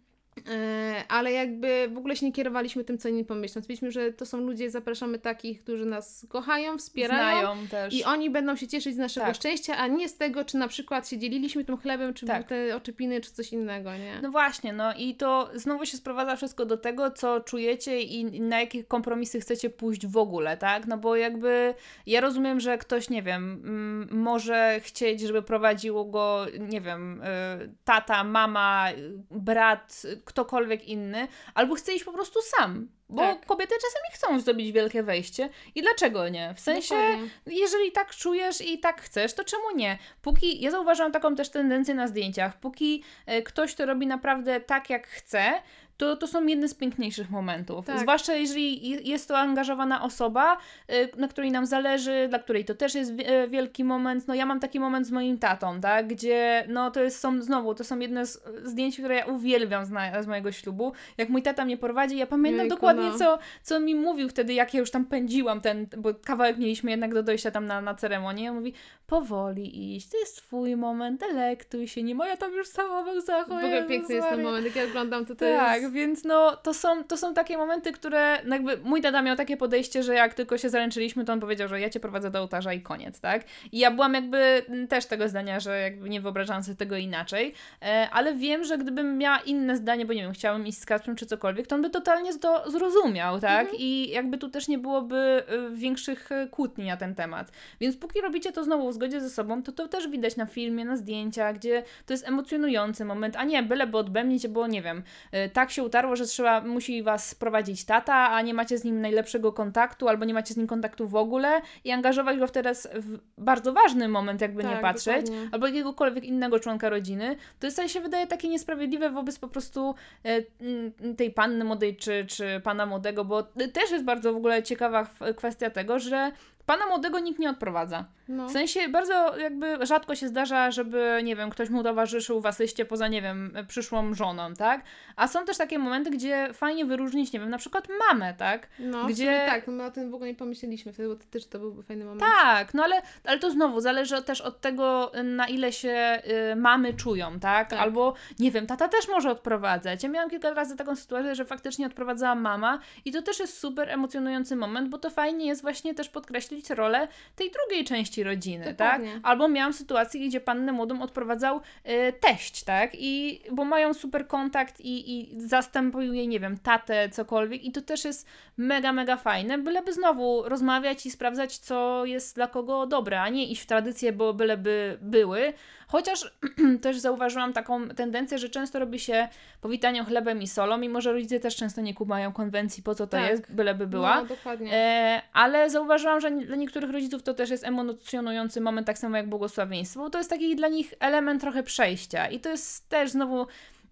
E, ale jakby w ogóle się nie kierowaliśmy tym, co inni pomyślą. Stwierdziliśmy, że to są ludzie, zapraszamy takich, którzy nas kochają, wspierają. Znają też. I oni będą się cieszyć z naszego Tak. szczęścia, a nie z tego, czy na przykład się dzieliliśmy tym chlebem, czy Tak. te oczepiny, czy coś innego, nie? No właśnie, no i to znowu się sprowadza wszystko do tego, co czujecie i na jakie kompromisy chcecie pójść w ogóle, tak? No bo jakby ja rozumiem, że ktoś, nie wiem, mm, może chcieć, żeby prowadził go, nie wiem, y, tata, mama, y, brat, y, ktokolwiek inny, albo chce iść po prostu sam. Bo Tak. kobiety czasami chcą zrobić wielkie wejście i dlaczego nie? W sensie, Dokładnie. jeżeli tak czujesz i tak chcesz, to czemu nie? Póki, ja zauważam taką też tendencję na zdjęciach, póki e, ktoś to robi naprawdę tak, jak chce, to, to są jedne z piękniejszych momentów. Tak. Zwłaszcza jeżeli je- jest to angażowana osoba, e, na której nam zależy, dla której to też jest wi- e, wielki moment. No ja mam taki moment z moim tatą, tak? Gdzie no to jest, są znowu, to są jedne z zdjęć, które ja uwielbiam z, na, z mojego ślubu. Jak mój tata mnie prowadzi, ja pamiętam Jejku, dokładnie, no. co, co mi mówił wtedy, jak ja już tam pędziłam ten, bo kawałek mieliśmy jednak do dojścia tam na, na ceremonię. On mówi, powoli iść, to jest twój moment, delektuj się, nie moja tam już sama w łzach. W ogóle piękny jest ten moment, jak ja oglądam, to to Tak, Tak, więc no to są, to są takie momenty, które no jakby mój tata miał takie podejście, że jak tylko się zaręczyliśmy, to on powiedział, że ja cię prowadzę do ołtarza i koniec, tak? I ja byłam jakby też tego zdania, że jakby nie wyobrażałam sobie tego inaczej, e, ale wiem, że gdybym miała inne zdanie, bo nie wiem, chciałabym iść z Kacprem czy cokolwiek, to on by totalnie to zrozumiał, tak? Mhm. I jakby tu też nie byłoby y, większych kłótni na ten temat. Więc póki robicie to znowu w zgodzie ze sobą, to to też widać na filmie, na zdjęciach, gdzie to jest emocjonujący moment, a nie byleby odbębnić, bo nie wiem, y, tak się utarło, że trzeba, musi was prowadzić tata, a nie macie z nim najlepszego kontaktu, albo nie macie z nim kontaktu w ogóle i angażować go w teraz w bardzo ważny moment, jakby tak, nie patrzeć, dokładnie. albo jakiegokolwiek innego członka rodziny, to jest, się wydaje takie niesprawiedliwe wobec po prostu y, tej panny młodej, czy, czy pana młodego, bo też jest bardzo w ogóle ciekawa kwestia tego, że pana młodego nikt nie odprowadza. No. W sensie bardzo jakby rzadko się zdarza, żeby, nie wiem, ktoś mu towarzyszył w asyście poza, nie wiem, przyszłą żoną, tak? A są też takie momenty, gdzie fajnie wyróżnić, nie wiem, na przykład mamę, tak? No, gdzie... w sumie tak, my o tym w ogóle nie pomyśleliśmy wtedy, bo to też to byłby fajny moment. Tak, no ale, ale to znowu zależy też od tego, na ile się y, mamy czują, tak? tak? Albo, nie wiem, tata też może odprowadzać. Ja miałam kilka razy taką sytuację, że faktycznie odprowadzała mama i to też jest super emocjonujący moment, bo to fajnie jest właśnie też podkreślić rolę tej drugiej części rodziny, Dokładnie. tak? Albo miałam sytuację, gdzie pannę młodą odprowadzał y, teść, tak? I, bo mają super kontakt i, i zastępuje, nie wiem, tatę, cokolwiek i to też jest mega, mega fajne, byleby znowu rozmawiać i sprawdzać, co jest dla kogo dobre, a nie iść w tradycje, bo byleby były. Chociaż też zauważyłam taką tendencję, że często robi się powitanie chlebem i solą, mimo że rodzice też często nie kumają konwencji, po co to tak. jest, byleby była. No, dokładnie. E, ale zauważyłam, że dla niektórych rodziców to też jest emocjonujący moment, tak samo jak błogosławieństwo, bo to jest taki dla nich element trochę przejścia i to jest też znowu,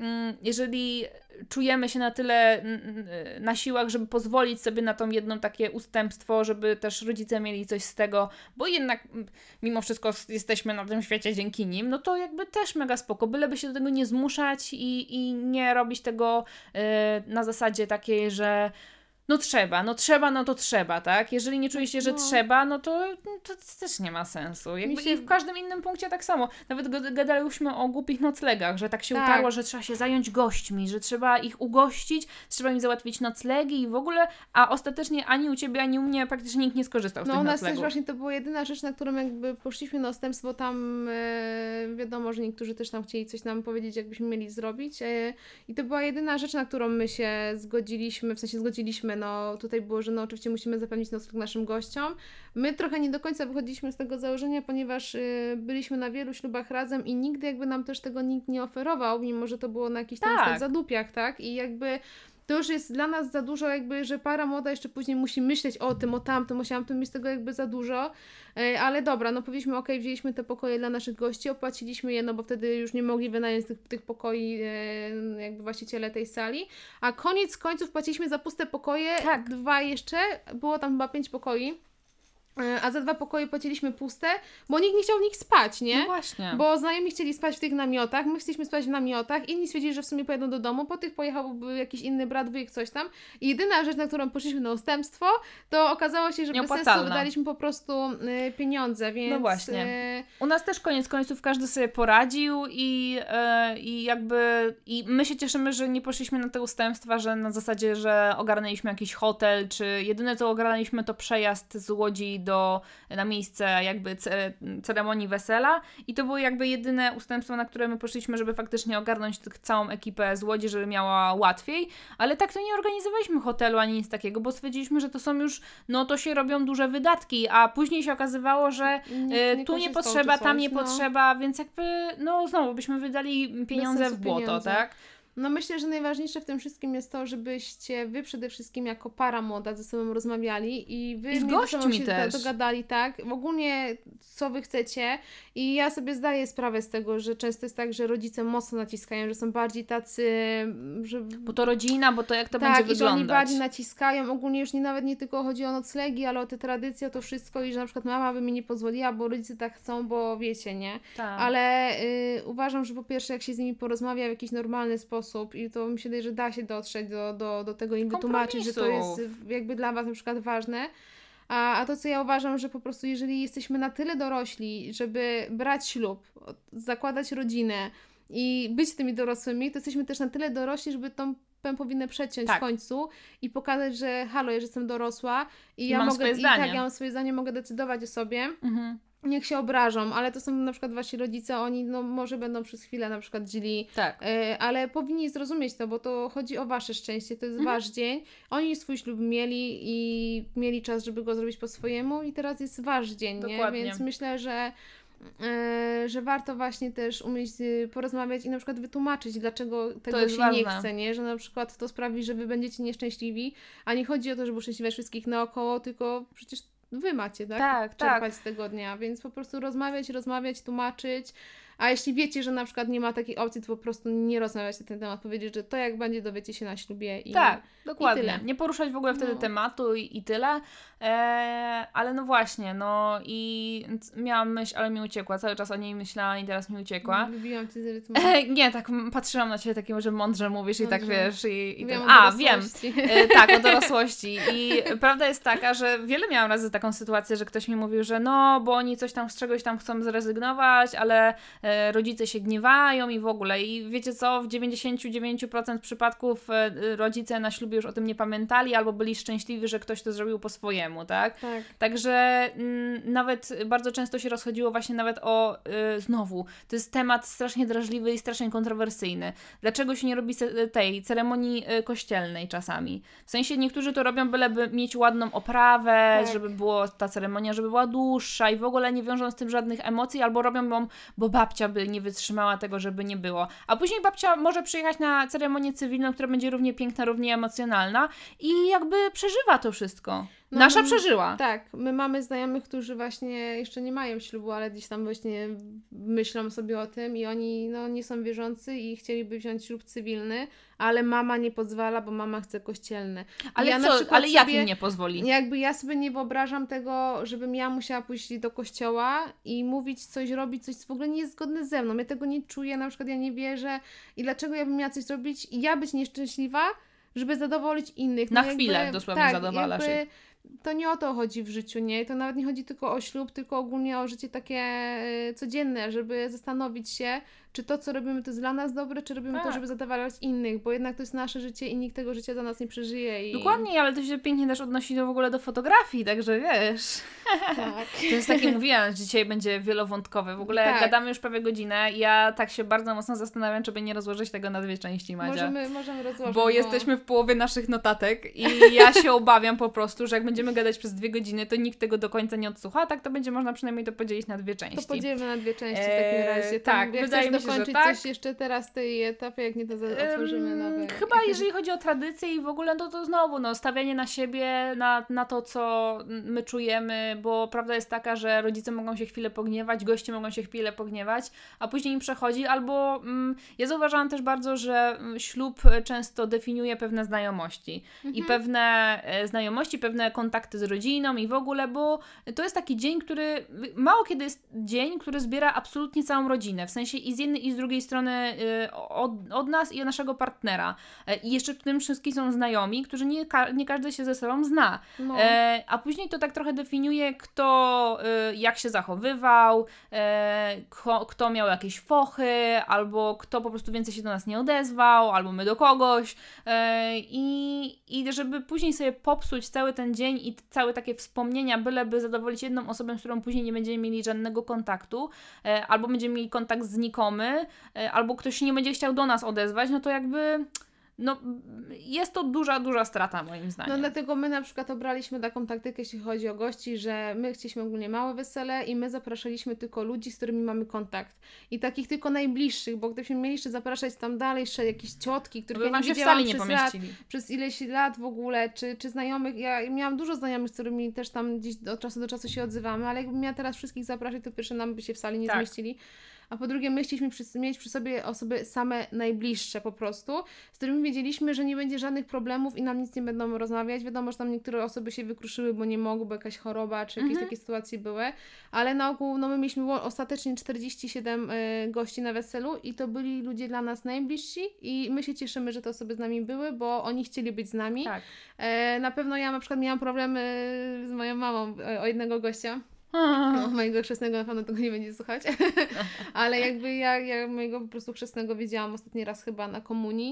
jeżeli czujemy się na tyle na siłach, żeby pozwolić sobie na tą jedną takie ustępstwo, żeby też rodzice mieli coś z tego, bo jednak mimo wszystko jesteśmy na tym świecie dzięki nim, no to jakby też mega spoko, byleby się do tego nie zmuszać i, i nie robić tego yy, na zasadzie takiej, że no trzeba, no trzeba, no to trzeba, tak? Jeżeli nie czujecie, że no. trzeba, no to, no to też nie ma sensu. Jakby się... I w każdym innym punkcie tak samo. Nawet gadałyśmy o głupich noclegach, że tak się tak. utarło, że trzeba się zająć gośćmi, że trzeba ich ugościć, trzeba im załatwić noclegi i w ogóle, a ostatecznie ani u Ciebie, ani u mnie praktycznie nikt nie skorzystał z no, tych noclegów. No u nas też właśnie to była jedyna rzecz, na którą jakby poszliśmy na odstępstwo, tam e, wiadomo, że niektórzy też tam chcieli coś nam powiedzieć, jakbyśmy mieli zrobić e, i to była jedyna rzecz, na którą my się zgodziliśmy, w sensie zgodziliśmy, no tutaj było, że no oczywiście musimy zapewnić nocleg naszym gościom. My trochę nie do końca wychodziliśmy z tego założenia, ponieważ y, byliśmy na wielu ślubach razem i nigdy jakby nam też tego nikt nie oferował, mimo że to było na jakichś tam tak. zadupiach, tak? I jakby to już jest dla nas za dużo jakby, że para młoda jeszcze później musi myśleć o tym, o tamtym, o siamtym, jest tego jakby za dużo, ale dobra, no powiedzieliśmy, okej, okay, wzięliśmy te pokoje dla naszych gości, opłaciliśmy je, no bo wtedy już nie mogli wynająć tych, tych pokoi jakby właściciele tej sali, a koniec końców płaciliśmy za puste pokoje, tak. dwa jeszcze, było tam chyba pięć pokoi. A za dwa pokoje płaciliśmy puste, bo nikt nie chciał w nich spać, nie? No właśnie. Bo znajomi chcieli spać w tych namiotach, my chcieliśmy spać w namiotach, inni stwierdzili, że w sumie pojedą do domu, po tych pojechał jakiś inny brat, wujek, coś tam. I jedyna rzecz, na którą poszliśmy na ustępstwo, to okazało się, że bez sensu wydaliśmy po prostu y, pieniądze, więc... No właśnie. Y... U nas też koniec końców każdy sobie poradził i, y, i jakby... I my się cieszymy, że nie poszliśmy na te ustępstwa, że na zasadzie, że ogarnęliśmy jakiś hotel, czy jedyne co ogarnęliśmy to przejazd z Łodzi do, na miejsce jakby ce, ceremonii wesela i to było jakby jedyne ustępstwo, na które my poszliśmy, żeby faktycznie ogarnąć tych, całą ekipę z Łodzi, żeby miała łatwiej, ale tak to nie organizowaliśmy hotelu ani nic takiego, bo stwierdziliśmy, że to są już, no to się robią duże wydatki, a później się okazywało, że nie, nie tu nie potrzeba, tam nie no. potrzeba, więc jakby, no znowu byśmy wydali pieniądze w błoto, pieniądze. tak? No myślę, że najważniejsze w tym wszystkim jest to, żebyście wy przede wszystkim jako para młoda ze sobą rozmawiali i wy I z gośćmi się też. dogadali, tak? Ogólnie co wy chcecie i ja sobie zdaję sprawę z tego, że często jest tak, że rodzice mocno naciskają, że są bardziej tacy, że... Bo to rodzina, bo to jak to tak, będzie i że wyglądać. oni bardziej naciskają, ogólnie już nie nawet nie tylko chodzi o noclegi, ale o te tradycje, o to wszystko i że na przykład mama by mi nie pozwoliła, bo rodzice tak chcą, bo wiecie, nie? Tak. Ale y, uważam, że po pierwsze jak się z nimi porozmawia w jakiś normalny sposób i to mi się wydaje, że da się dotrzeć do, do, do tego, im wytłumaczyć, że to jest jakby dla Was na przykład ważne. A, a to, co ja uważam, że po prostu jeżeli jesteśmy na tyle dorośli, żeby brać ślub, zakładać rodzinę i być tymi dorosłymi, to jesteśmy też na tyle dorośli, żeby tą powinny przeciąć tak. w końcu i pokazać, że halo, ja jestem dorosła i ja mam mogę, swoje i zdanie. tak, ja mam swoje zdanie, mogę decydować o sobie. Mhm. Niech się obrażą, ale to są na przykład wasi rodzice, oni no może będą przez chwilę na przykład źli, tak. y, ale powinni zrozumieć to, bo to chodzi o wasze szczęście, to jest mhm. wasz dzień. Oni swój ślub mieli i mieli czas, żeby go zrobić po swojemu i teraz jest wasz dzień, nie? Więc myślę, że y, że warto właśnie też umieć y, porozmawiać i na przykład wytłumaczyć, dlaczego tego się ważne. nie chce, nie? Że na przykład to sprawi, że wy będziecie nieszczęśliwi, a nie chodzi o to, żeby uszczęśliwiać wszystkich naokoło, tylko przecież wy macie, tak? Tak, czerpać tak. z tego dnia, więc po prostu rozmawiać, rozmawiać, tłumaczyć, a jeśli wiecie, że na przykład nie ma takiej opcji, to po prostu nie rozmawiać na ten temat, powiedzieć, że to jak będzie, dowiecie się na ślubie i tak, dokładnie. I tyle. Nie poruszać w ogóle wtedy no. tematu i, i tyle, eee, ale no właśnie, no i miałam myśl, ale mi uciekła, cały czas o niej myślałam i teraz mi uciekła. Wybiłam Cię z rytmu. E, nie, tak patrzyłam na Ciebie takim, że mądrze mówisz mądrze. i tak wiesz. I, i wiem tak, a, wiem. E, tak, o dorosłości. I prawda jest taka, że wiele miałam razy taką sytuację, że ktoś mi mówił, że no, bo oni coś tam z czegoś tam chcą zrezygnować, ale e, rodzice się gniewają i w ogóle. I wiecie co, w dziewięćdziesiąt dziewięć procent przypadków e, rodzice na ślubie już o tym nie pamiętali albo byli szczęśliwi, że ktoś to zrobił po swojemu, tak? tak. Także m, nawet bardzo często się rozchodziło właśnie nawet o, y, znowu, to jest temat strasznie drażliwy i strasznie kontrowersyjny. Dlaczego się nie robi se- tej ceremonii y, kościelnej czasami? W sensie niektórzy to robią, byleby mieć ładną oprawę, tak. żeby było ta ceremonia, żeby była dłuższa i w ogóle nie wiążą z tym żadnych emocji, albo robią ją, bo babcia by nie wytrzymała tego, żeby nie było. A później babcia może przyjechać na ceremonię cywilną, która będzie równie piękna, równie emocjonalna i jakby przeżywa to wszystko. No, Nasza my, przeżyła. Tak, my mamy znajomych, którzy właśnie jeszcze nie mają ślubu, ale gdzieś tam właśnie myślą sobie o tym i oni no, nie są wierzący i chcieliby wziąć ślub cywilny, ale mama nie pozwala, bo mama chce kościelny. Ale ja co, ale jak sobie, im nie pozwoli? Jakby ja sobie nie wyobrażam tego, żebym ja musiała pójść do kościoła i mówić coś, robić coś, co w ogóle nie jest zgodne ze mną. Ja tego nie czuję, na przykład ja nie wierzę i dlaczego ja bym miała coś zrobić i ja być nieszczęśliwa, żeby zadowolić innych. Na no chwilę jakby, dosłownie tak, zadowalasz jakby, ich. To nie o to chodzi w życiu, nie? To nawet nie chodzi tylko o ślub, tylko ogólnie o życie takie y, codzienne, żeby zastanowić się, czy to, co robimy, to jest dla nas dobre, czy robimy tak. to, żeby zadowalać innych, bo jednak to jest nasze życie i nikt tego życia za nas nie przeżyje. I... Dokładnie, ale to się pięknie też odnosi do w ogóle do fotografii, także wiesz. Tak. To jest takie, mówiłam, że dzisiaj będzie wielowątkowe. W ogóle tak. gadamy już prawie godzinę i ja tak się bardzo mocno zastanawiam, czy by nie rozłożyć tego na dwie części, Madzia. Możemy, możemy rozłożyć. Bo, bo jesteśmy w połowie naszych notatek i ja się obawiam po prostu, że jak będziemy gadać przez dwie godziny, to nikt tego do końca nie odsłucha, a tak to będzie można przynajmniej to podzielić na dwie części. To podzielimy na dwie części w Eee, takim razie. Tam, tak, jak wydaje chcesz mi się, dokończyć że tak. coś jeszcze teraz w tej etapie, jak nie to za- otworzymy nowe. Chyba jeżeli chodzi o tradycje i w ogóle, to to znowu, no, stawianie na siebie, na, na to, co my czujemy, bo prawda jest taka, że rodzice mogą się chwilę pogniewać, goście mogą się chwilę pogniewać, a później im przechodzi, albo mm, ja zauważyłam też bardzo, że ślub często definiuje pewne znajomości Mhm. i pewne e, znajomości, pewne kontakty z rodziną i w ogóle, bo to jest taki dzień, który, mało kiedy jest dzień, który zbiera absolutnie całą rodzinę, w sensie i z jednej i z drugiej strony y, od, od nas i od naszego partnera. E, I jeszcze w tym wszystkim są znajomi, którzy nie, ka- nie każdy się ze sobą zna. No. E, a później to tak trochę definiuje, kto y, jak się zachowywał, e, ko, kto miał jakieś fochy, albo kto po prostu więcej się do nas nie odezwał, albo my do kogoś. E, i, I żeby później sobie popsuć cały ten dzień i całe takie wspomnienia, byleby zadowolić jedną osobę, z którą później nie będziemy mieli żadnego kontaktu, e, albo będziemy mieli kontakt znikomy, e, albo ktoś się nie będzie chciał do nas odezwać, no to jakby no, jest to duża, duża strata moim zdaniem. No dlatego my na przykład obraliśmy taką taktykę, jeśli chodzi o gości, że my chcieliśmy ogólnie małe wesele i my zapraszaliśmy tylko ludzi, z którymi mamy kontakt. I takich tylko najbliższych, bo gdybyśmy mieli jeszcze zapraszać tam dalej jeszcze jakieś ciotki, których by ja wam nie się w widziałam sali nie przez pomieścili. lat, przez ileś lat w ogóle, czy, czy znajomych. Ja miałam dużo znajomych, z którymi też tam gdzieś od czasu do czasu się odzywamy, ale jakbym miała teraz wszystkich zapraszać, to pierwsze nam by się w sali nie Tak. zmieścili. A po drugie, my chcieliśmy przy, mieć przy sobie osoby same najbliższe po prostu, z którymi wiedzieliśmy, że nie będzie żadnych problemów i nam nic nie będą rozmawiać. Wiadomo, że tam niektóre osoby się wykruszyły, bo nie mogły, bo jakaś choroba, czy jakieś Mhm. takie sytuacje były, ale na ogół, no my mieliśmy ło- ostatecznie czterdzieści siedem y, gości na weselu i to byli ludzie dla nas najbliżsi i my się cieszymy, że te osoby z nami były, bo oni chcieli być z nami. Tak. E, na pewno ja na przykład miałam problemy z moją mamą e, o jednego gościa. No, mojego chrzestnego na pewno tego nie będzie słuchać, ale jakby ja, ja mojego po prostu chrzestnego widziałam ostatni raz chyba na komunii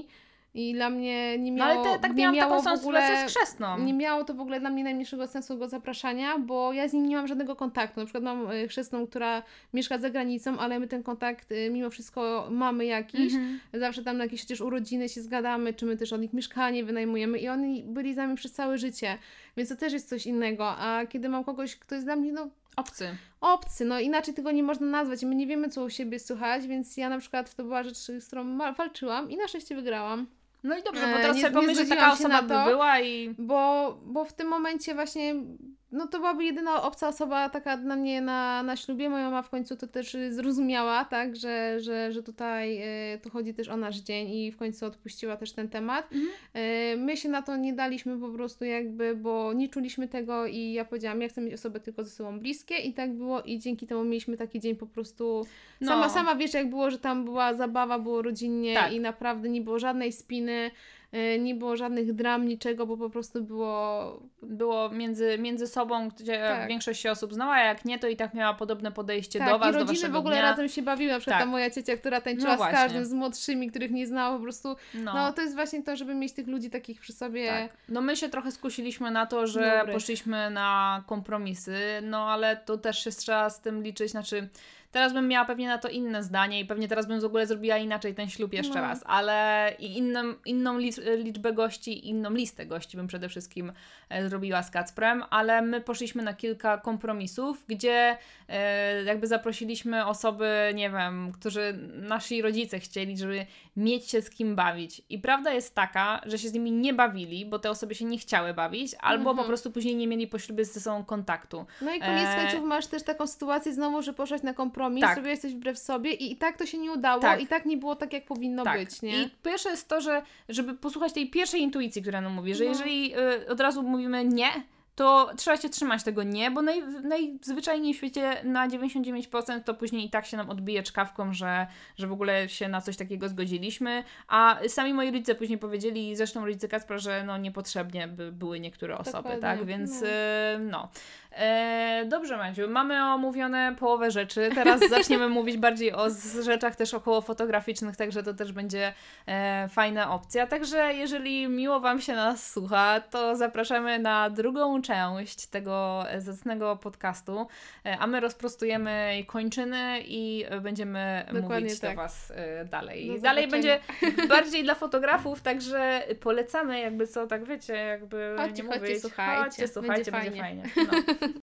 I dla mnie nie No miało, ale ty tak nie miałam miało taką w samą ogóle, sytuację z chrzestną. nie miało to w ogóle dla mnie najmniejszego sensu go zapraszania, bo ja z nim nie mam żadnego kontaktu. Na przykład mam y, chrzestną, która mieszka za granicą, ale my ten kontakt y, mimo wszystko mamy jakiś. Mhm. Zawsze tam na jakieś przecież urodziny się zgadamy, czy my też od nich mieszkanie wynajmujemy i oni byli z nami przez całe życie. Więc to też jest coś innego. A kiedy mam kogoś, kto jest dla mnie, no Obcy. obcy, no inaczej tego nie można nazwać i my nie wiemy, co u siebie słychać, więc ja na przykład to była rzecz, z którą ma- walczyłam i na szczęście wygrałam. No i dobrze, bo E, teraz nie- sobie nie pomyśl, że zgodziłam taka się osoba na by to. była i... Bo, bo w tym momencie właśnie, no to byłaby jedyna obca osoba taka dla mnie na, na ślubie. Moja mama w końcu to też y, zrozumiała, tak, że, że, że tutaj y, to chodzi też o nasz dzień i w końcu odpuściła też ten temat. Mhm. Y, my się na to nie daliśmy po prostu jakby, bo nie czuliśmy tego i ja powiedziałam, ja chcę mieć osoby tylko ze sobą bliskie i tak było i dzięki temu mieliśmy taki dzień po prostu, No. sama, sama wiesz jak było, że tam była zabawa, było rodzinnie Tak. i naprawdę nie było żadnej spiny, y, nie było żadnych dram, niczego, bo po prostu było Było między, między sobą, gdzie Tak. większość się osób znała, a jak nie, to i tak miała podobne podejście tak, do was, i do rodziny waszego w ogóle dnia. razem się bawiły, na przykład Tak. ta moja ciocia, która tańczyła No z właśnie. każdym, z młodszymi, których nie znała, po prostu, No. no to jest właśnie to, żeby mieć tych ludzi takich przy sobie. Tak. No my się trochę skusiliśmy na to, że Dobrych. poszliśmy na kompromisy, no ale to też się trzeba z tym liczyć, znaczy teraz bym miała pewnie na to inne zdanie i pewnie teraz bym w ogóle zrobiła inaczej ten ślub jeszcze No. raz, ale i inną, inną lis- liczbę gości, inną listę gości bym przede wszystkim e, zrobiła z Kacprem, ale my poszliśmy na kilka kompromisów, gdzie e, jakby zaprosiliśmy osoby, nie wiem, którzy nasi rodzice chcieli, żeby mieć się z kim bawić. I prawda jest taka, że się z nimi nie bawili, bo te osoby się nie chciały bawić, albo Mhm. po prostu później nie mieli po ślubie ze sobą kontaktu. No i koniec Eee. końców masz też taką sytuację znowu, że poszłaś na kompromis, Tak. zrobiłaś coś wbrew sobie i, i tak to się nie udało Tak. i tak nie było tak, jak powinno Tak. być, nie? I pierwsze jest to, że żeby posłuchać tej pierwszej intuicji, która nam mówi, że No. jeżeli y, od razu mówimy nie, to trzeba się trzymać tego nie, bo naj, najzwyczajniej w świecie na dziewięćdziesiąt dziewięć procent to później i tak się nam odbije czkawką, że, że w ogóle się na coś takiego zgodziliśmy, a sami moi rodzice później powiedzieli, zresztą rodzice Kacpra, że no niepotrzebnie by były niektóre osoby, Dokładnie, tak, więc no. y, no. E, dobrze, Madziu, mamy omówione połowę rzeczy, teraz zaczniemy mówić bardziej o z rzeczach też około fotograficznych, także to też będzie e, fajna opcja, także jeżeli miło Wam się nas słucha, to zapraszamy na drugą część tego zacnego podcastu, e, a my rozprostujemy kończyny i będziemy Dokładnie mówić tak. do Was e, dalej. Do Dalej zobaczenia. będzie bardziej dla fotografów, także polecamy, jakby co, tak wiecie, jakby Chodźcie, nie chodźcie, mówić. słuchajcie. Chodźcie, słuchajcie, Będzie będzie fajnie. No.